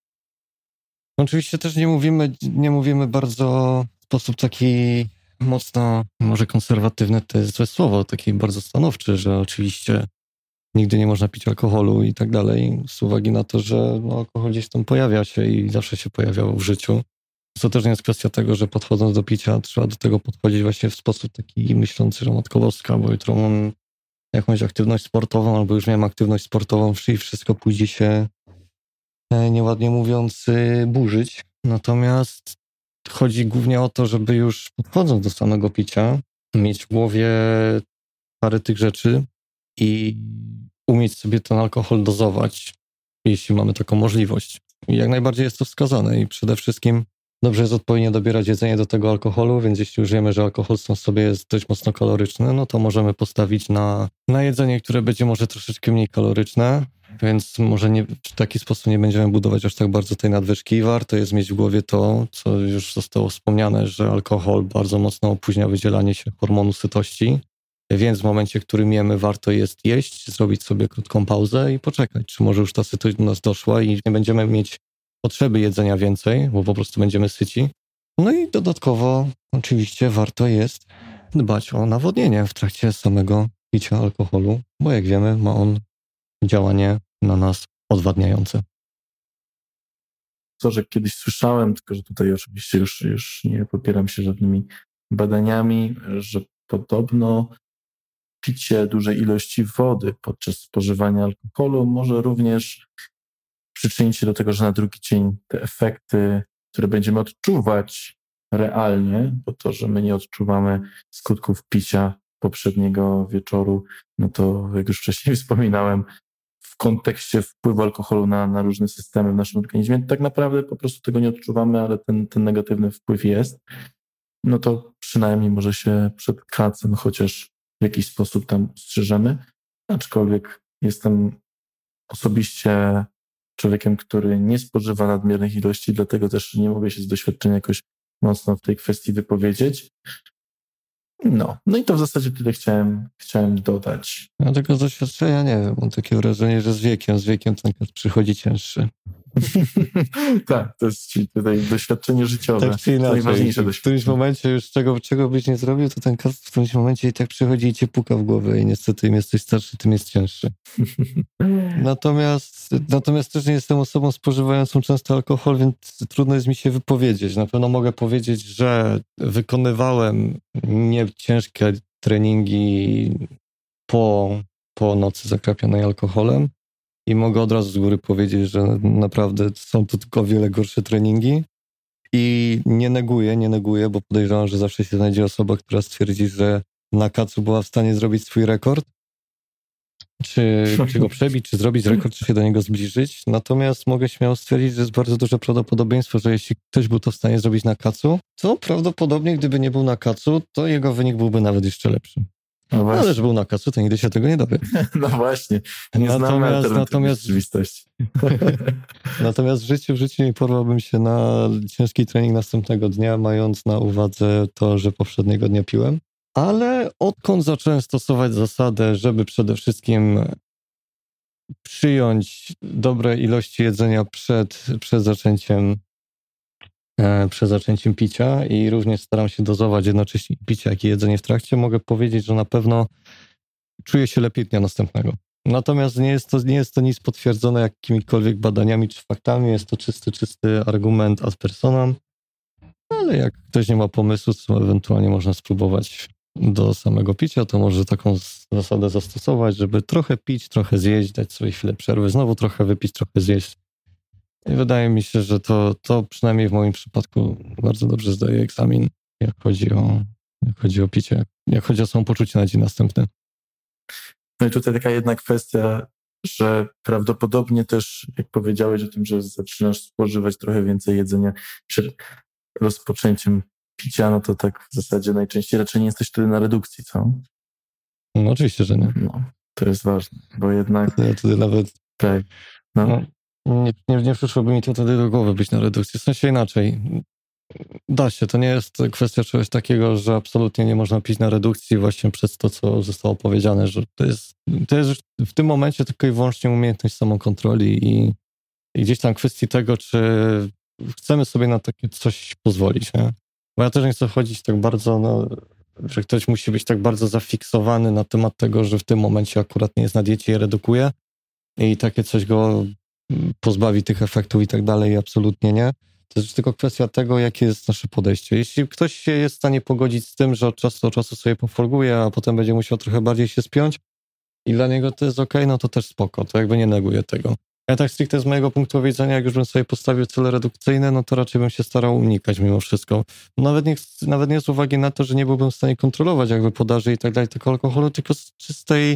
Oczywiście też nie mówimy, nie mówimy bardzo w sposób taki mocno, może konserwatywny, to jest złe słowo, taki bardzo stanowczy, że oczywiście nigdy nie można pić alkoholu i tak dalej, z uwagi na to, że no, alkohol gdzieś tam pojawia się i zawsze się pojawiał w życiu. To też nie jest kwestia tego, że podchodząc do picia trzeba do tego podchodzić właśnie w sposób taki myślący, że Matko Boska, bo jutro mam jakąś aktywność sportową albo już miałem aktywność sportową i wszystko pójdzie się, nieładnie mówiąc, burzyć. Natomiast chodzi głównie o to, żeby już podchodząc do samego picia mieć w głowie parę tych rzeczy i umieć sobie ten alkohol dozować, jeśli mamy taką możliwość. I jak najbardziej jest to wskazane i przede wszystkim dobrze jest odpowiednio dobierać jedzenie do tego alkoholu, więc jeśli już wiemy, że alkohol sam w sobie jest dość mocno kaloryczny, no to możemy postawić na, na jedzenie, które będzie może troszeczkę mniej kaloryczne, więc może nie, w taki sposób nie będziemy budować aż tak bardzo tej nadwyżki. Warto jest mieć w głowie to, co już zostało wspomniane, że alkohol bardzo mocno opóźnia wydzielanie się hormonu sytości, więc w momencie, w którym jemy, warto jest jeść, zrobić sobie krótką pauzę i poczekać, czy może już ta sytość do nas doszła i nie będziemy mieć potrzeby jedzenia więcej, bo po prostu będziemy syci. No i dodatkowo oczywiście warto jest dbać o nawodnienie w trakcie samego picia alkoholu, bo jak wiemy, ma on działanie na nas odwadniające. Co, że kiedyś słyszałem, tylko że tutaj oczywiście już, już nie popieram się żadnymi badaniami, że podobno picie dużej ilości wody podczas spożywania alkoholu może również przyczynić się do tego, że na drugi dzień te efekty, które będziemy odczuwać realnie, bo to, że my nie odczuwamy skutków picia poprzedniego wieczoru, no to jak już wcześniej wspominałem, w kontekście wpływu alkoholu na, na różne systemy w naszym organizmie, tak naprawdę po prostu tego nie odczuwamy, ale ten, ten negatywny wpływ jest, no to przynajmniej może się przed kacem chociaż w jakiś sposób tam strzeżemy, aczkolwiek jestem osobiście człowiekiem, który nie spożywa nadmiernych ilości, dlatego też nie mogę się z doświadczenia jakoś mocno w tej kwestii wypowiedzieć. No, no i to w zasadzie tyle chciałem, chciałem dodać. Ja tego z doświadczenia nie wiem, mam takie wrażenie, że z wiekiem, z wiekiem ten przychodzi cięższy. Tak, to jest czyli tutaj doświadczenie życiowe. Tak czy inaczej, najważniejsze w którymś momencie już czego, czego byś nie zrobił, to ten kac w którymś momencie i tak przychodzi i cię puka w głowę i niestety im jesteś starszy, tym jest cięższy. Natomiast, natomiast też nie jestem osobą spożywającą często alkohol, więc trudno jest mi się wypowiedzieć. Na pewno mogę powiedzieć, że wykonywałem nie ciężkie treningi po, po nocy zakrapionej alkoholem i mogę od razu z góry powiedzieć, że naprawdę są to tylko o wiele gorsze treningi i nie neguję, nie neguję, bo podejrzewam, że zawsze się znajdzie osoba, która stwierdzi, że na kacu była w stanie zrobić swój rekord, czy, czy go przebić, czy zrobić rekord, czy się do niego zbliżyć. Natomiast mogę śmiało stwierdzić, że jest bardzo duże prawdopodobieństwo, że jeśli ktoś był to w stanie zrobić na kacu, to prawdopodobnie gdyby nie był na kacu, to jego wynik byłby nawet jeszcze lepszy. No ale że był na kacu, to nigdy się tego nie dowie. No właśnie. Nie natomiast, natomiast, rzeczywistości. natomiast w życiu, w życiu nie porwałbym się na ciężki trening następnego dnia, mając na uwadze to, że poprzedniego dnia piłem. Ale odkąd zacząłem stosować zasadę, żeby przede wszystkim przyjąć dobre ilości jedzenia przed, przed zaczęciem e, przed zaczęciem picia i również staram się dozować jednocześnie picia, jak i jedzenie w trakcie, mogę powiedzieć, że na pewno czuję się lepiej dnia następnego. Natomiast nie jest to, nie jest to nic potwierdzone jakimikolwiek badaniami czy faktami, jest to czysty, czysty argument ad personam, ale jak ktoś nie ma pomysłu, to ewentualnie można spróbować do samego picia, to może taką zasadę zastosować, żeby trochę pić, trochę zjeść, dać sobie chwilę przerwy, znowu trochę wypić, trochę zjeść. I wydaje mi się, że to, to przynajmniej w moim przypadku bardzo dobrze zdaje egzamin, jak chodzi o, jak chodzi o picie, jak chodzi o samopoczucie na dzień następny. No i tutaj taka jedna kwestia, że prawdopodobnie też, jak powiedziałeś o tym, że zaczynasz spożywać trochę więcej jedzenia przed rozpoczęciem picia, no to tak w zasadzie najczęściej raczej nie jesteś wtedy na redukcji, co? No oczywiście, że nie. No, to jest ważne, bo jednak... Ja wtedy nawet... Tak. No. No, nie, nie, nie przyszłoby mi to wtedy do głowy być na redukcji. W sensie inaczej. Da się, to nie jest kwestia czegoś takiego, że absolutnie nie można pić na redukcji właśnie przez to, co zostało powiedziane, że to jest, to jest już w tym momencie tylko i wyłącznie umiejętność samokontroli i, i gdzieś tam kwestii tego, czy chcemy sobie na takie coś pozwolić, nie? Bo ja też nie chcę chodzić tak bardzo, no, że ktoś musi być tak bardzo zafiksowany na temat tego, że w tym momencie akurat nie jest na diecie i redukuje i takie coś go pozbawi tych efektów i tak dalej, absolutnie nie. To jest tylko kwestia tego, jakie jest nasze podejście. Jeśli ktoś się jest w stanie pogodzić z tym, że od czasu do czasu sobie pofolguje, a potem będzie musiał trochę bardziej się spiąć i dla niego to jest okej, no to też spoko, to jakby nie neguję tego. Ja tak stricte z mojego punktu widzenia, jak już bym sobie postawił cele redukcyjne, no to raczej bym się starał unikać mimo wszystko. Nawet nie, nawet nie z uwagi na to, że nie byłbym w stanie kontrolować jakby podaży i tak dalej tego alkoholu, tylko z czystej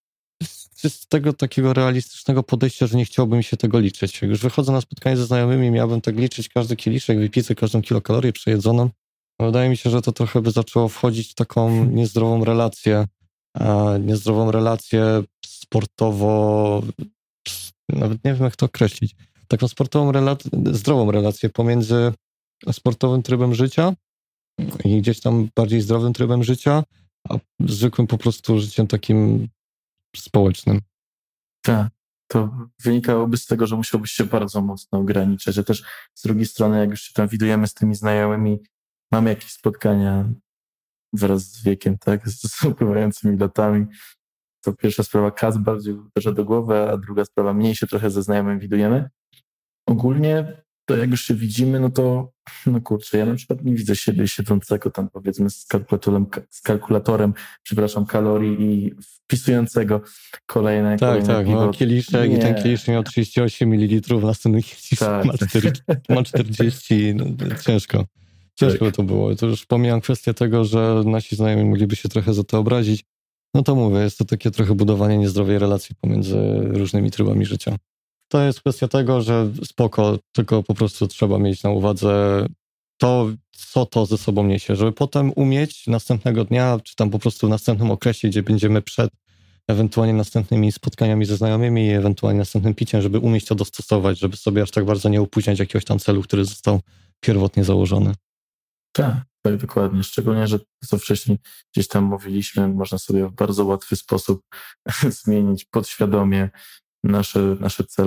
z tego takiego realistycznego podejścia, że nie chciałbym się tego liczyć. Jak już wychodzę na spotkanie ze znajomymi, miałbym tak liczyć każdy kieliszek, wypity, każdą kilokalorii przejedzoną. No wydaje mi się, że to trochę by zaczęło wchodzić w taką niezdrową relację, a niezdrową relację sportowo, nawet nie wiem jak to określić, taką sportową relację, zdrową relację pomiędzy sportowym trybem życia i gdzieś tam bardziej zdrowym trybem życia, a zwykłym po prostu życiem takim społecznym. Tak, to wynikałoby z tego, że musiałbyś się bardzo mocno ograniczać, a też z drugiej strony, jak już się tam widujemy z tymi znajomymi, mamy jakieś spotkania wraz z wiekiem, tak, z upływającymi latami, to pierwsza sprawa kas bardziej uderza do głowy, a druga sprawa mniej się trochę ze znajomym widujemy. Ogólnie to jak już się widzimy, no to no kurczę, ja na przykład nie widzę siebie siedzącego tam powiedzmy z kalkulatorem, z kalkulatorem przepraszam, kalorii i wpisującego kolejne Tak, kolejne tak, piwo. no kieliszek nie. i ten kieliszek miał trzydzieści osiem mililitrów, następny kieliszek tak. ma, czterdzieści, ma czterdzieści, no, ciężko. Ciężko by to było. To już pomijam kwestię tego, że nasi znajomi mogliby się trochę za to obrazić. No to mówię, jest to takie trochę budowanie niezdrowej relacji pomiędzy różnymi trybami życia. To jest kwestia tego, że spoko, tylko po prostu trzeba mieć na uwadze to, co to ze sobą niesie, żeby potem umieć następnego dnia, czy tam po prostu w następnym okresie, gdzie będziemy przed ewentualnie następnymi spotkaniami ze znajomymi i ewentualnie następnym piciem, żeby umieć to dostosować, żeby sobie aż tak bardzo nie opóźniać jakiegoś tam celu, który został pierwotnie założony. Tak, tak, dokładnie. Szczególnie, że co wcześniej gdzieś tam mówiliśmy, można sobie w bardzo łatwy sposób zmienić podświadomie nasze, nasze cele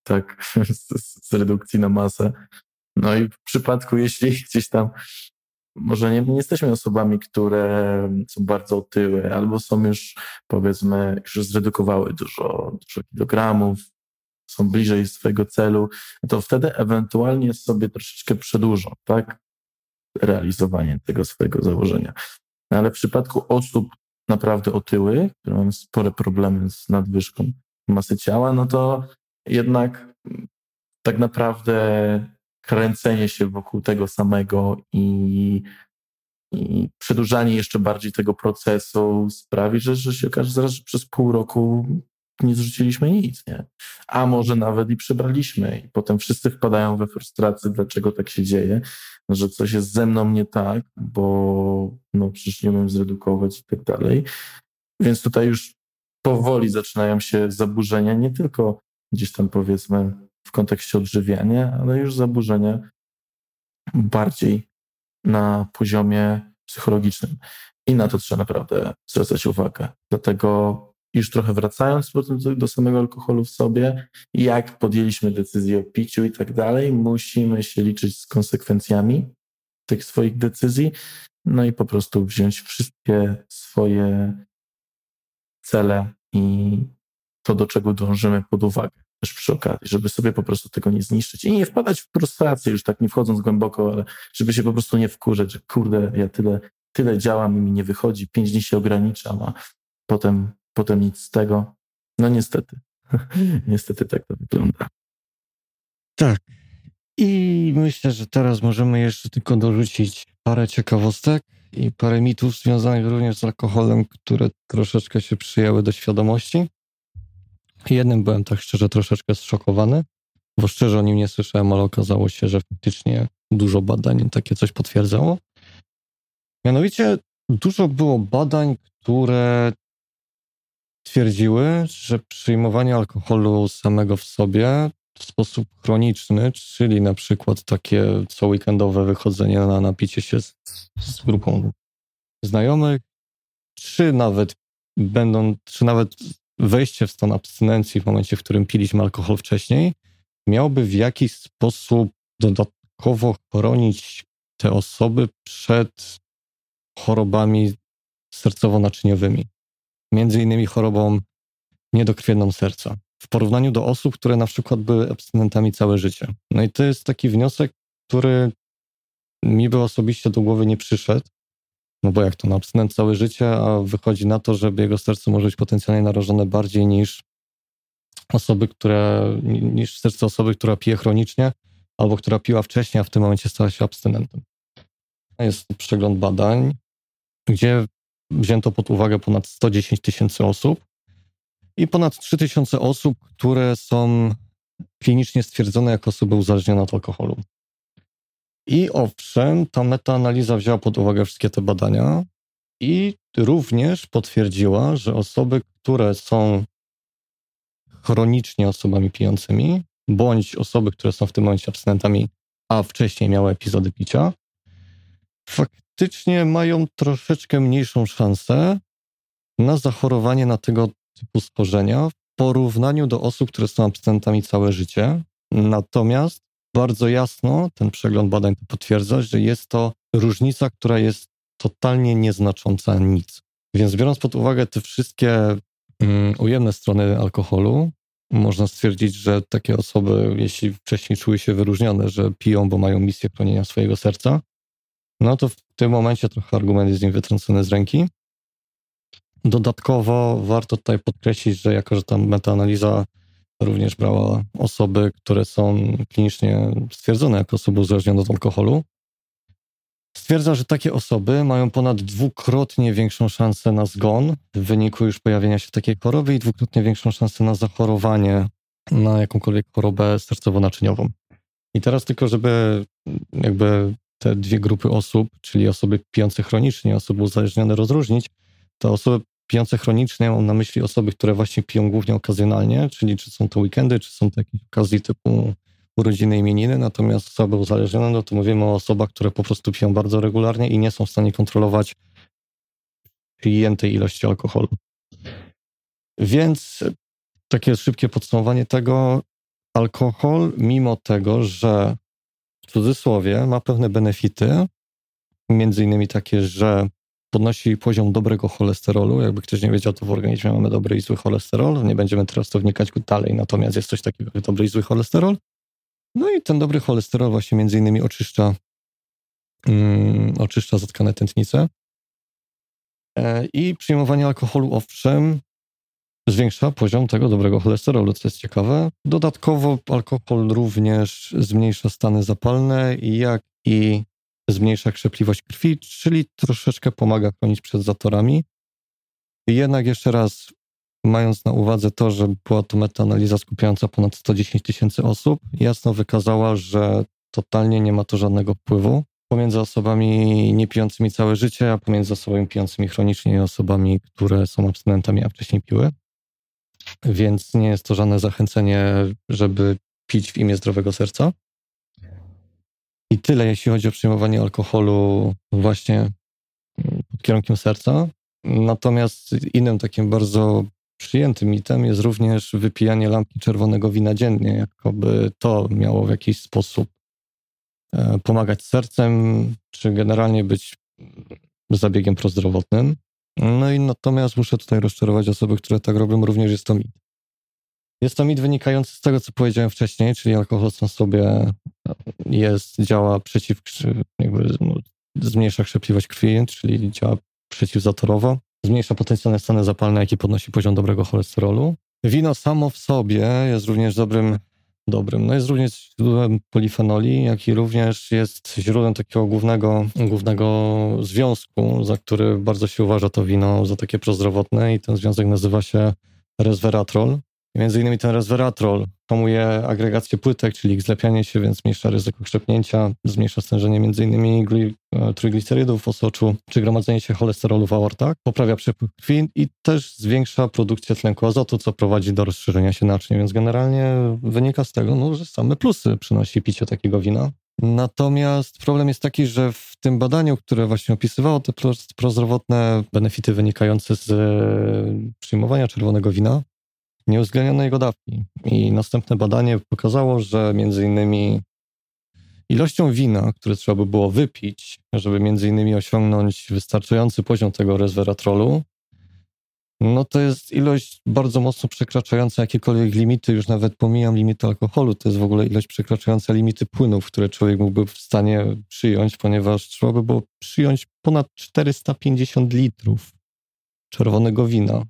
tak, z, z redukcji na masę. No i w przypadku, jeśli gdzieś tam, może nie, nie jesteśmy osobami, które są bardzo otyłe, albo są już, powiedzmy, już zredukowały dużo, dużo kilogramów, są bliżej swojego celu, to wtedy ewentualnie sobie troszeczkę przedłużą, tak? Realizowanie tego swojego założenia. No ale w przypadku osób naprawdę otyłych, które mają spore problemy z nadwyżką masy ciała, no to jednak tak naprawdę kręcenie się wokół tego samego i, i przedłużanie jeszcze bardziej tego procesu sprawi, że, że się okaże zaraz, że przez pół roku nie zrzuciliśmy nic, nie? A może nawet i przybraliśmy i potem wszyscy wpadają we frustrację, dlaczego tak się dzieje, że coś jest ze mną nie tak, bo no przecież nie umiem zredukować i tak dalej. Więc tutaj już powoli zaczynają się zaburzenia, nie tylko gdzieś tam powiedzmy w kontekście odżywiania, ale już zaburzenia bardziej na poziomie psychologicznym. I na to trzeba naprawdę zwracać uwagę. Dlatego już trochę wracając do, do samego alkoholu w sobie, jak podjęliśmy decyzję o piciu i tak dalej, musimy się liczyć z konsekwencjami tych swoich decyzji, no i po prostu wziąć wszystkie swoje cele i to, do czego dążymy, pod uwagę też przy okazji, żeby sobie po prostu tego nie zniszczyć i nie wpadać w frustrację, już tak nie wchodząc głęboko, ale żeby się po prostu nie wkurzać, że kurde, ja tyle, tyle działam i mi nie wychodzi, pięć dni się ograniczam, a potem, potem nic z tego. No niestety, niestety tak to wygląda. Tak. I myślę, że teraz możemy jeszcze tylko dorzucić parę ciekawostek i parę mitów związanych również z alkoholem, które troszeczkę się przyjęły do świadomości. Jednym byłem tak szczerze troszeczkę zszokowany, bo szczerze o nim nie słyszałem, ale okazało się, że faktycznie dużo badań takie coś potwierdzało. Mianowicie dużo było badań, które twierdziły, że przyjmowanie alkoholu samego w sobie w sposób chroniczny, czyli na przykład takie co weekendowe wychodzenie na napicie się z, z grupą znajomych, czy nawet będą, czy nawet wejście w stan abstynencji w momencie, w którym piliśmy alkohol wcześniej, miałby w jakiś sposób dodatkowo chronić te osoby przed chorobami sercowo-naczyniowymi. Między innymi chorobą niedokrwienną serca. W porównaniu do osób, które na przykład były abstynentami całe życie. No i to jest taki wniosek, który mi by osobiście do głowy nie przyszedł. No bo jak to, no abstynent całe życie, a wychodzi na to, że jego serce może być potencjalnie narażone bardziej niż osoby, które, niż serce osoby, która pije chronicznie, albo która piła wcześniej, a w tym momencie stała się abstynentem. Jest przegląd badań, gdzie wzięto pod uwagę ponad sto dziesięć tysięcy osób i ponad trzy tysiące osób, które są klinicznie stwierdzone jako osoby uzależnione od alkoholu. I owszem, ta metaanaliza wzięła pod uwagę wszystkie te badania i również potwierdziła, że osoby, które są chronicznie osobami pijącymi, bądź osoby, które są w tym momencie abstynentami, a wcześniej miały epizody picia, faktycznie mają troszeczkę mniejszą szansę na zachorowanie na tego typu schorzenia w porównaniu do osób, które są abstynentami całe życie. Natomiast bardzo jasno ten przegląd badań to potwierdza, że jest to różnica, która jest totalnie nieznacząca nic. Więc biorąc pod uwagę te wszystkie um, ujemne strony alkoholu, można stwierdzić, że takie osoby, jeśli wcześniej czuły się wyróżnione, że piją, bo mają misję chronienia swojego serca, no to w tym momencie trochę argument jest im wytrącony z ręki. Dodatkowo warto tutaj podkreślić, że jako, że ta metaanaliza również brała osoby, które są klinicznie stwierdzone jako osoby uzależnione od alkoholu, stwierdza, że takie osoby mają ponad dwukrotnie większą szansę na zgon w wyniku już pojawienia się takiej choroby i dwukrotnie większą szansę na zachorowanie na jakąkolwiek chorobę sercowo-naczyniową. I teraz tylko, żeby jakby te dwie grupy osób, czyli osoby pijące chronicznie, osoby uzależnione rozróżnić, to osoby pijące chronicznie mam na myśli osoby, które właśnie piją głównie okazjonalnie, czyli czy są to weekendy, czy są to jakieś okazje typu urodziny, imieniny, natomiast osoby uzależnione, no to mówimy o osobach, które po prostu piją bardzo regularnie i nie są w stanie kontrolować przyjętej ilości alkoholu. Więc takie szybkie podsumowanie tego, alkohol, mimo tego, że w cudzysłowie ma pewne benefity, między innymi takie, że podnosi poziom dobrego cholesterolu. Jakby ktoś nie wiedział, to w organizmie mamy dobry i zły cholesterol. Nie będziemy teraz to wnikać dalej, natomiast jest coś takiego jak dobry i zły cholesterol. No i ten dobry cholesterol właśnie między innymi oczyszcza, um, oczyszcza zatkane tętnice. E, I przyjmowanie alkoholu, owszem, zwiększa poziom tego dobrego cholesterolu, co jest ciekawe. Dodatkowo alkohol również zmniejsza stany zapalne, jak i zmniejsza krzepliwość krwi, czyli troszeczkę pomaga chronić przed zatorami. Jednak jeszcze raz, mając na uwadze to, że była to metaanaliza skupiająca ponad sto dziesięć tysięcy osób, jasno wykazała, że totalnie nie ma to żadnego wpływu pomiędzy osobami niepijącymi całe życie, a pomiędzy osobami pijącymi chronicznie i osobami, które są abstynentami, a wcześniej piły. Więc nie jest to żadne zachęcenie, żeby pić w imię zdrowego serca. I tyle, jeśli chodzi o przyjmowanie alkoholu właśnie pod kierunkiem serca. Natomiast innym takim bardzo przyjętym mitem jest również wypijanie lampki czerwonego wina dziennie, jakoby to miało w jakiś sposób pomagać sercem, czy generalnie być zabiegiem prozdrowotnym. No i natomiast muszę tutaj rozczarować osoby, które tak robią, również jest to mit. Jest to mit wynikający z tego, co powiedziałem wcześniej, czyli alkohol sam sobie jest, działa przeciw, jakby no, zmniejsza krzepliwość krwi, czyli działa przeciwzatorowo, zmniejsza potencjalne stany zapalne, jak i podnosi poziom dobrego cholesterolu. Wino samo w sobie jest również dobrym, dobrym. No jest również źródłem polifenoli, jak i również jest źródłem takiego głównego, głównego związku, za który bardzo się uważa to wino za takie prozdrowotne i ten związek nazywa się resveratrol. Między innymi ten resveratrol hamuje agregację płytek, czyli ich zlepianie się, więc zmniejsza ryzyko krzepnięcia, zmniejsza stężenie między innymi gli, trójglicerydów w osoczu, czy gromadzenie się cholesterolu w aortach, poprawia przepływ krwi i też zwiększa produkcję tlenku azotu, co prowadzi do rozszerzenia się naczyń, więc generalnie wynika z tego, no, że same plusy przynosi picie takiego wina. Natomiast problem jest taki, że w tym badaniu, które właśnie opisywało te prozdrowotne benefity wynikające z przyjmowania czerwonego wina, nie uwzględniono jego dawki. I następne badanie pokazało, że między innymi ilością wina, które trzeba by było wypić, żeby między innymi osiągnąć wystarczający poziom tego resveratrolu, no to jest ilość bardzo mocno przekraczająca jakiekolwiek limity, już nawet pomijam limity alkoholu, to jest w ogóle ilość przekraczająca limity płynów, które człowiek mógłby w stanie przyjąć, ponieważ trzeba by było przyjąć ponad czterysta pięćdziesiąt litrów czerwonego wina,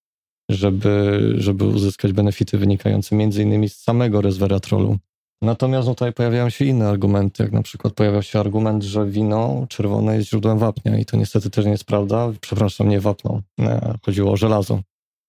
żeby, żeby uzyskać benefity wynikające między innymi z samego resveratrolu. Natomiast no, tutaj pojawiają się inne argumenty, jak na przykład pojawiał się argument, że wino czerwone jest źródłem wapnia i to niestety też nie jest prawda. Przepraszam, nie wapno. Nie, chodziło o żelazo.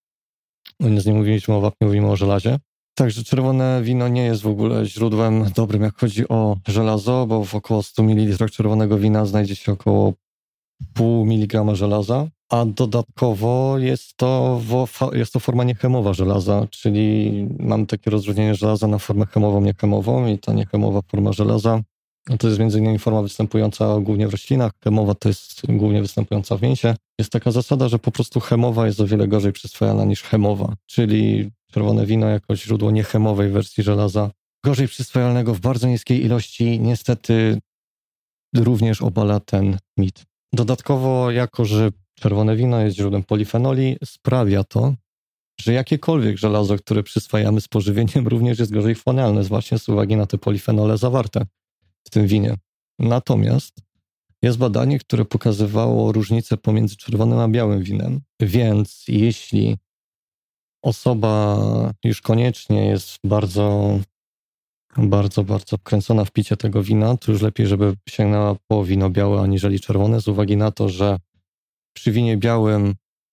Więc nie mówiliśmy o wapniu, mówimy o żelazie. Także czerwone wino nie jest w ogóle źródłem dobrym, jak chodzi o żelazo, bo w około stu mililitrach czerwonego wina znajdzie się około pół miligrama żelaza, a dodatkowo jest to, jest to forma niechemowa żelaza, czyli mamy takie rozróżnienie żelaza na formę chemową, niechemową i ta niechemowa forma żelaza to jest między innymi forma występująca głównie w roślinach, chemowa to jest głównie występująca w mięsie. Jest taka zasada, że po prostu chemowa jest o wiele gorzej przyswajana niż chemowa, czyli czerwone wino jako źródło niechemowej wersji żelaza, gorzej przyswajalnego w bardzo niskiej ilości, niestety również obala ten mit. Dodatkowo, jako że czerwone wino jest źródłem polifenoli, sprawia to, że jakiekolwiek żelazo, które przyswajamy z pożywieniem, również jest gorzej wchłanialne, właśnie z uwagi na te polifenole zawarte w tym winie. Natomiast jest badanie, które pokazywało różnicę pomiędzy czerwonym a białym winem, więc jeśli osoba już koniecznie jest bardzo, bardzo, bardzo wkręcona w picie tego wina, to już lepiej, żeby sięgnęła po wino białe aniżeli czerwone, z uwagi na to, że przy winie białym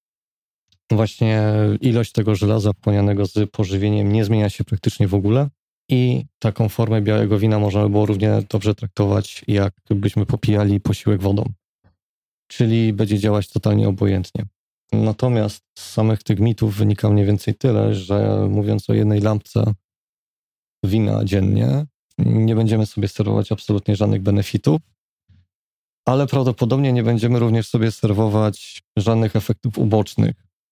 właśnie ilość tego żelaza wchłanianego z pożywieniem nie zmienia się praktycznie w ogóle i taką formę białego wina można by było równie dobrze traktować, jakbyśmy popijali posiłek wodą. Czyli będzie działać totalnie obojętnie. Natomiast z samych tych mitów wynika mniej więcej tyle, że mówiąc o jednej lampce wina dziennie, nie będziemy sobie serwować absolutnie żadnych benefitów, ale prawdopodobnie nie będziemy również sobie serwować żadnych efektów ubocznych.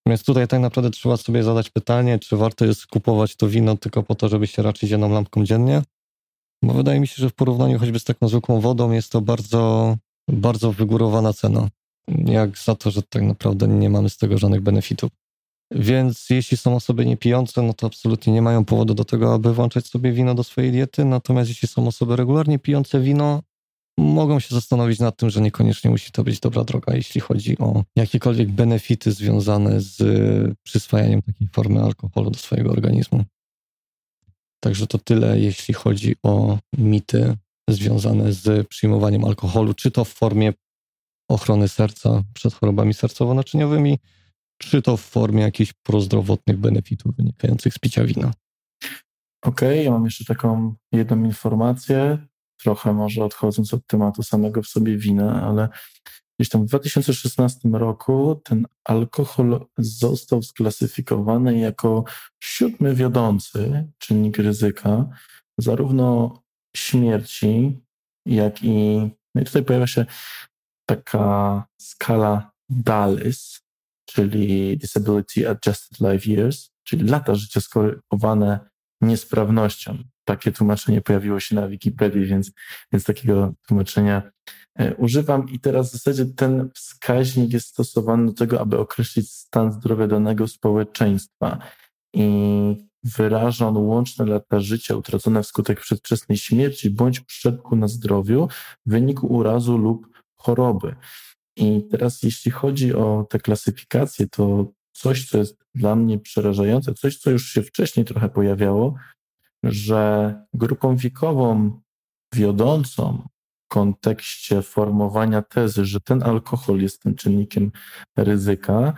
Więc tutaj tak naprawdę trzeba sobie zadać pytanie, czy warto jest kupować to wino tylko po to, żeby się raczyć jedną lampką dziennie? Bo wydaje mi się, że w porównaniu choćby z taką zwykłą wodą jest to bardzo, bardzo wygórowana cena. Jak za to, że tak naprawdę nie mamy z tego żadnych benefitów. Więc jeśli są osoby niepijące, no to absolutnie nie mają powodu do tego, aby włączać sobie wino do swojej diety. Natomiast jeśli są osoby regularnie pijące wino, mogą się zastanowić nad tym, że niekoniecznie musi to być dobra droga, jeśli chodzi o jakiekolwiek benefity związane z przyswajaniem takiej formy alkoholu do swojego organizmu. Także to tyle, jeśli chodzi o mity związane z przyjmowaniem alkoholu, czy to w formie ochrony serca przed chorobami sercowo-naczyniowymi, czy to w formie jakichś prozdrowotnych benefitów wynikających z picia wina. Okej, okay, ja mam jeszcze taką jedną informację, trochę może odchodząc od tematu samego w sobie wina, ale gdzieś tam w dwa tysiące szesnastym roku ten alkohol został sklasyfikowany jako siódmy wiodący czynnik ryzyka, zarówno śmierci, jak i... No i tutaj pojawia się taka skala D A L Y S, czyli Disability Adjusted Life Years, czyli lata życia skorelowane niesprawnością. Takie tłumaczenie pojawiło się na Wikipedii, więc, więc takiego tłumaczenia e, używam. I teraz w zasadzie ten wskaźnik jest stosowany do tego, aby określić stan zdrowia danego społeczeństwa. I wyraża on łączne lata życia utracone wskutek przedwczesnej śmierci bądź uszczerbku na zdrowiu w wyniku urazu lub choroby. I teraz jeśli chodzi o tę klasyfikację, to coś, co jest dla mnie przerażające, coś, co już się wcześniej trochę pojawiało, że grupą wiekową wiodącą w kontekście formowania tezy, że ten alkohol jest tym czynnikiem ryzyka,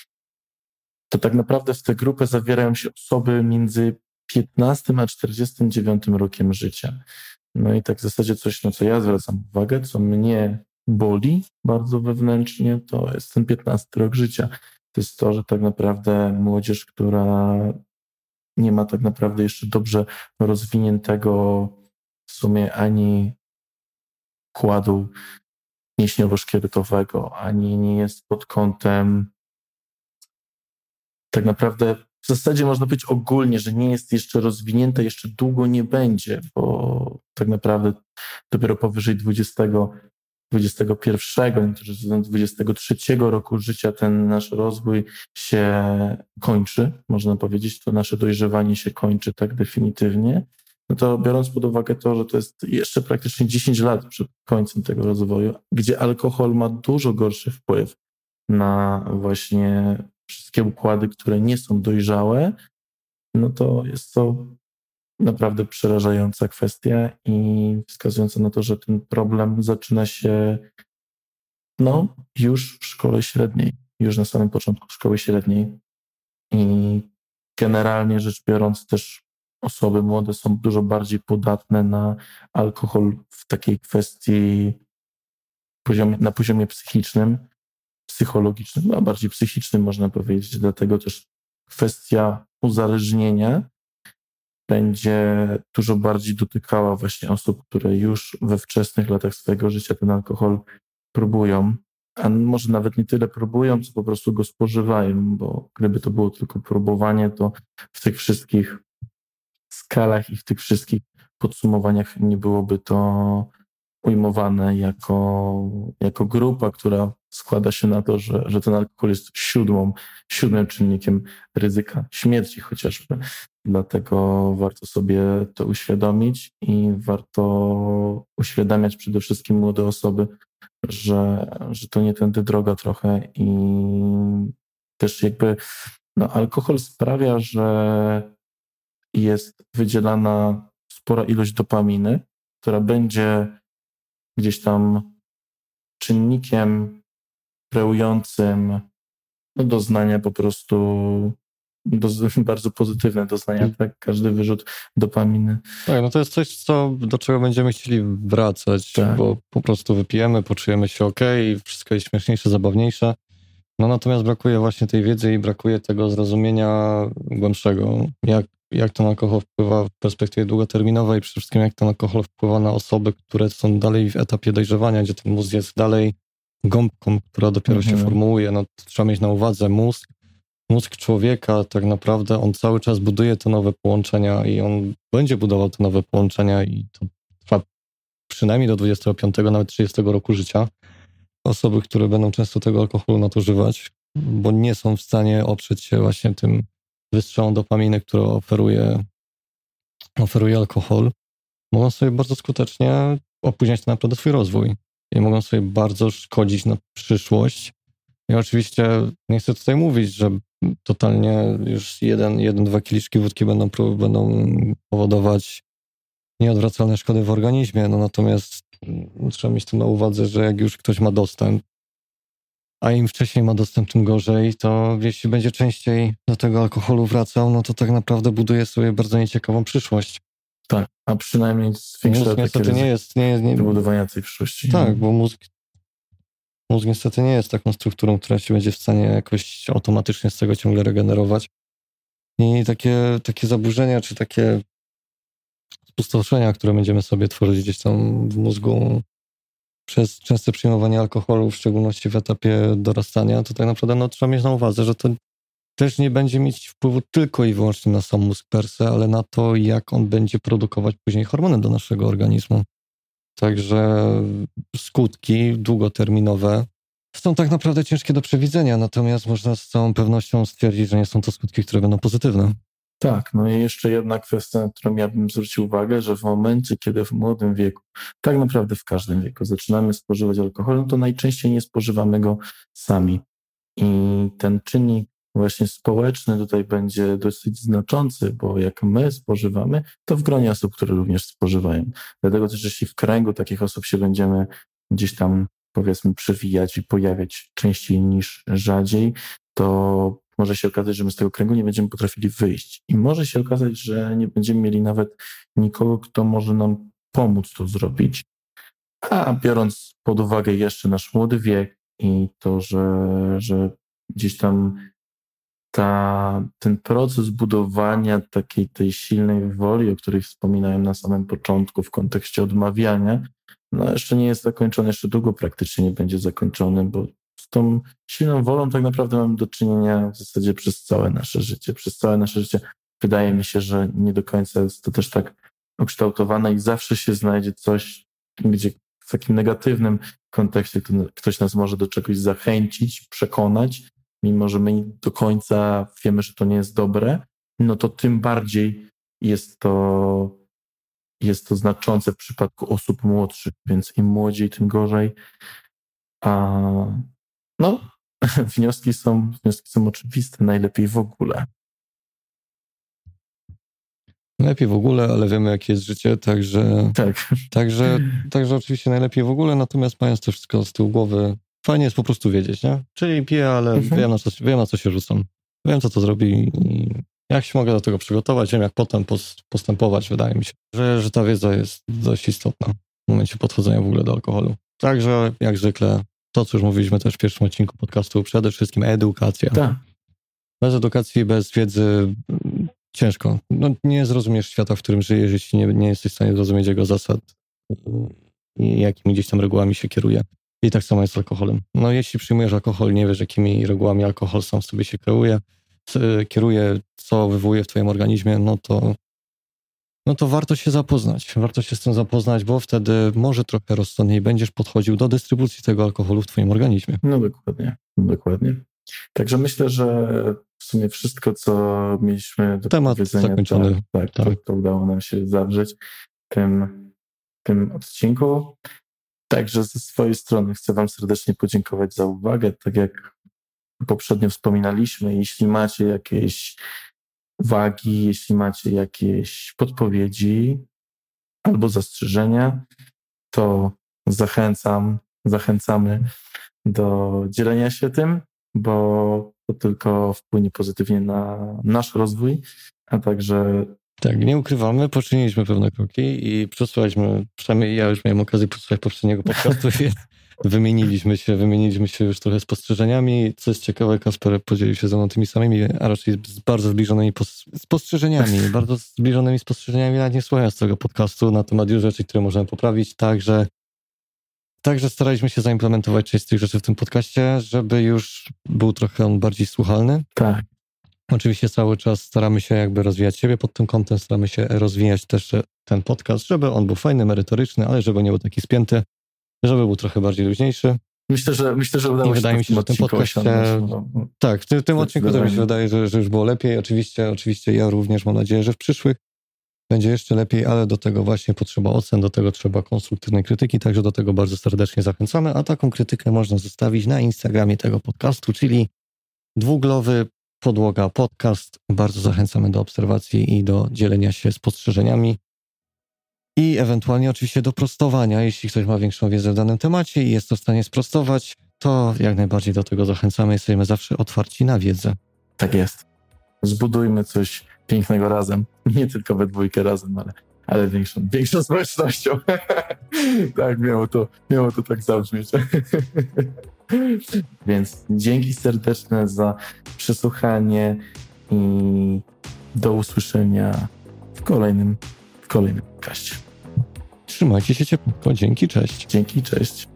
to tak naprawdę w tę grupę zawierają się osoby między piętnastym a czterdziestym dziewiątym rokiem życia. No i tak w zasadzie coś, na co ja zwracam uwagę, co mnie boli bardzo wewnętrznie, to jest ten piętnasty rok życia. To jest to, że tak naprawdę młodzież, która nie ma tak naprawdę jeszcze dobrze rozwiniętego w sumie ani układu mięśniowo-szkieletowego, ani nie jest pod kątem tak naprawdę w zasadzie można powiedzieć ogólnie, że nie jest jeszcze rozwinięte, jeszcze długo nie będzie, bo tak naprawdę dopiero powyżej dwudziestego, dwudziestego pierwszego, niektórzy dwudziestego trzeciego roku życia ten nasz rozwój się kończy, można powiedzieć, to nasze dojrzewanie się kończy tak definitywnie. No to biorąc pod uwagę to, że to jest jeszcze praktycznie dziesięć lat przed końcem tego rozwoju, gdzie alkohol ma dużo gorszy wpływ na właśnie wszystkie układy, które nie są dojrzałe, no to jest to naprawdę przerażająca kwestia i wskazująca na to, że ten problem zaczyna się no już w szkole średniej, już na samym początku szkoły średniej i generalnie rzecz biorąc też osoby młode są dużo bardziej podatne na alkohol w takiej kwestii poziomie, na poziomie psychicznym, psychologicznym, a bardziej psychicznym można powiedzieć, dlatego też kwestia uzależnienia będzie dużo bardziej dotykała właśnie osób, które już we wczesnych latach swojego życia ten alkohol próbują, a może nawet nie tyle próbują, co po prostu go spożywają, bo gdyby to było tylko próbowanie, to w tych wszystkich skalach i w tych wszystkich podsumowaniach nie byłoby to ujmowane jako, jako grupa, która składa się na to, że, że ten alkohol jest siódmą, siódmym czynnikiem ryzyka śmierci chociażby. Dlatego warto sobie to uświadomić i warto uświadamiać przede wszystkim młode osoby, że, że to nie tędy droga trochę i też jakby no, alkohol sprawia, że jest wydzielana spora ilość dopaminy, która będzie gdzieś tam czynnikiem kreującym no, doznania po prostu do, bardzo pozytywne doznania, tak? Każdy wyrzut dopaminy. Tak, no to jest coś, co, do czego będziemy chcieli wracać, tak. Bo po prostu wypijemy, poczujemy się okej, wszystko jest śmieszniejsze, zabawniejsze. No natomiast brakuje właśnie tej wiedzy i brakuje tego zrozumienia głębszego, jak, jak ten alkohol wpływa w perspektywie długoterminowej, przede wszystkim jak ten alkohol wpływa na osoby, które są dalej w etapie dojrzewania, gdzie ten mózg jest dalej gąbką, która dopiero mhm. się formułuje. No, trzeba mieć na uwadze mózg. mózg człowieka tak naprawdę, on cały czas buduje te nowe połączenia i on będzie budował te nowe połączenia i to trwa przynajmniej do dwudziestego piątego, nawet trzydziestego roku życia. Osoby, które będą często tego alkoholu nadużywać, bo nie są w stanie oprzeć się właśnie tym wystrzałom dopaminy, które oferuje, oferuje alkohol, mogą sobie bardzo skutecznie opóźniać tak naprawdę swój rozwój i mogą sobie bardzo szkodzić na przyszłość. I oczywiście nie chcę tutaj mówić, że totalnie już jeden, jeden dwa kieliszki wódki będą, będą powodować nieodwracalne szkody w organizmie, no natomiast trzeba mieć to na uwadze, że jak już ktoś ma dostęp, a im wcześniej ma dostęp, tym gorzej, to jeśli będzie częściej do tego alkoholu wracał, no to tak naprawdę buduje sobie bardzo nieciekawą przyszłość. Tak, a przynajmniej zwiększa mózg niestety nie jest, nie jest nie, budowania tej przyszłości. Tak, bo mózg, mózg niestety nie jest taką strukturą, która się będzie w stanie jakoś automatycznie z tego ciągle regenerować. I takie, takie zaburzenia, czy takie spustoszenia, które będziemy sobie tworzyć gdzieś tam w mózgu przez częste przyjmowanie alkoholu, w szczególności w etapie dorastania, to tak naprawdę no, trzeba mieć na uwadze, że to też nie będzie mieć wpływu tylko i wyłącznie na sam mózg per se, ale na to, jak on będzie produkować później hormony do naszego organizmu. Także skutki długoterminowe są tak naprawdę ciężkie do przewidzenia, natomiast można z całą pewnością stwierdzić, że nie są to skutki, które będą pozytywne. Tak, no i jeszcze jedna kwestia, na którą ja bym zwrócił uwagę, że w momencie, kiedy w młodym wieku, tak naprawdę w każdym wieku zaczynamy spożywać alkohol, no to najczęściej nie spożywamy go sami. I ten czynnik właśnie społeczny tutaj będzie dosyć znaczący, bo jak my spożywamy, to w gronie osób, które również spożywają. Dlatego też, jeśli w kręgu takich osób się będziemy gdzieś tam, powiedzmy, przewijać i pojawiać częściej niż rzadziej, to może się okazać, że my z tego kręgu nie będziemy potrafili wyjść. I może się okazać, że nie będziemy mieli nawet nikogo, kto może nam pomóc to zrobić. A biorąc pod uwagę jeszcze nasz młody wiek i to, że, że gdzieś tam ta, ten proces budowania takiej tej silnej woli, o której wspominałem na samym początku w kontekście odmawiania, no jeszcze nie jest zakończony, jeszcze długo praktycznie nie będzie zakończony, bo z tą silną wolą tak naprawdę mamy do czynienia w zasadzie przez całe nasze życie. Przez całe nasze życie wydaje mi się, że nie do końca jest to też tak ukształtowane i zawsze się znajdzie coś, gdzie w takim negatywnym kontekście ktoś nas może do czegoś zachęcić, przekonać, mimo że my do końca wiemy, że to nie jest dobre, no to tym bardziej jest to, jest to znaczące w przypadku osób młodszych, więc im młodziej, tym gorzej. A no, wnioski są, wnioski są oczywiste, najlepiej w ogóle. Najlepiej w ogóle, ale wiemy, jakie jest życie, także, tak. także, także oczywiście najlepiej w ogóle, natomiast mając to wszystko z tyłu głowy, fajnie jest po prostu wiedzieć, nie? Czyli piję, ale mhm. wiem, na co, wiem, na co się rzucam. Wiem, co to zrobi i jak się mogę do tego przygotować, wiem, jak potem postępować. Wydaje mi się, że, że ta wiedza jest dość istotna w momencie podchodzenia w ogóle do alkoholu. Także, jak zwykle, to, co już mówiliśmy też w pierwszym odcinku podcastu, przede wszystkim edukacja. Tak. Bez edukacji, bez wiedzy ciężko. No, nie zrozumiesz świata, w którym żyjesz, jeśli nie, nie jesteś w stanie zrozumieć jego zasad i jakimi gdzieś tam regułami się kieruje. I tak samo jest z alkoholem. No jeśli przyjmujesz alkohol, nie wiesz, jakimi regułami alkohol sam w sobie się kieruje, kieruje, co wywołuje w twoim organizmie, no to, no to warto się zapoznać. Warto się z tym zapoznać, bo wtedy może trochę rozsądniej będziesz podchodził do dystrybucji tego alkoholu w twoim organizmie. No dokładnie, dokładnie. Także myślę, że w sumie wszystko, co mieliśmy do Temat powiedzenia, zakończony. Tak, tak, tak. To, to udało nam się zawrzeć w tym, w tym odcinku. Także ze swojej strony chcę wam serdecznie podziękować za uwagę. Tak jak poprzednio wspominaliśmy, jeśli macie jakieś uwagi, jeśli macie jakieś podpowiedzi albo zastrzeżenia, to zachęcam, zachęcamy do dzielenia się tym, bo to tylko wpłynie pozytywnie na nasz rozwój, a także... Tak, nie ukrywamy, poczyniliśmy pewne kroki i przesłaliśmy, przynajmniej ja już miałem okazję przesłać poprzedniego podcastu, więc wymieniliśmy się, wymieniliśmy się już trochę spostrzeżeniami. Co jest ciekawe, Kasper podzielił się ze mną tymi samymi, a raczej z bardzo zbliżonymi pos- spostrzeżeniami, bardzo zbliżonymi spostrzeżeniami, nawet nie słuchając tego podcastu na temat już rzeczy, które możemy poprawić, także Także staraliśmy się zaimplementować część z tych rzeczy w tym podcaście, żeby już był trochę on bardziej słuchalny. Tak. Oczywiście cały czas staramy się jakby rozwijać siebie pod tym kątem, staramy się rozwijać też ten podcast, żeby on był fajny, merytoryczny, ale żeby nie był taki spięty, żeby był trochę bardziej luźniejszy. Myślę, że myślę, że udało I się wydaje mi się, że w tym podcaście... No, no. Tak, w tym, w tym odcinku to mi się wydaje, że, że już było lepiej. Oczywiście, oczywiście ja również mam nadzieję, że w przyszłych będzie jeszcze lepiej, ale do tego właśnie potrzeba ocen, do tego trzeba konstruktywnej krytyki, także do tego bardzo serdecznie zachęcamy, a taką krytykę można zostawić na Instagramie tego podcastu, czyli dwuglowy podłoga podcast. Bardzo zachęcamy do obserwacji i do dzielenia się spostrzeżeniami i ewentualnie oczywiście do prostowania. Jeśli ktoś ma większą wiedzę w danym temacie i jest to w stanie sprostować, to jak najbardziej do tego zachęcamy. Jesteśmy zawsze otwarci na wiedzę. Tak jest. Zbudujmy coś pięknego razem. Nie tylko we dwójkę razem, ale, ale większą, większą społecznością. Tak, miało to, miało to tak zabrzmieć. Więc dzięki serdeczne za przesłuchanie i do usłyszenia w kolejnym, w kolejnym kaście. Trzymajcie się ciepło. Dzięki, cześć. Dzięki, cześć.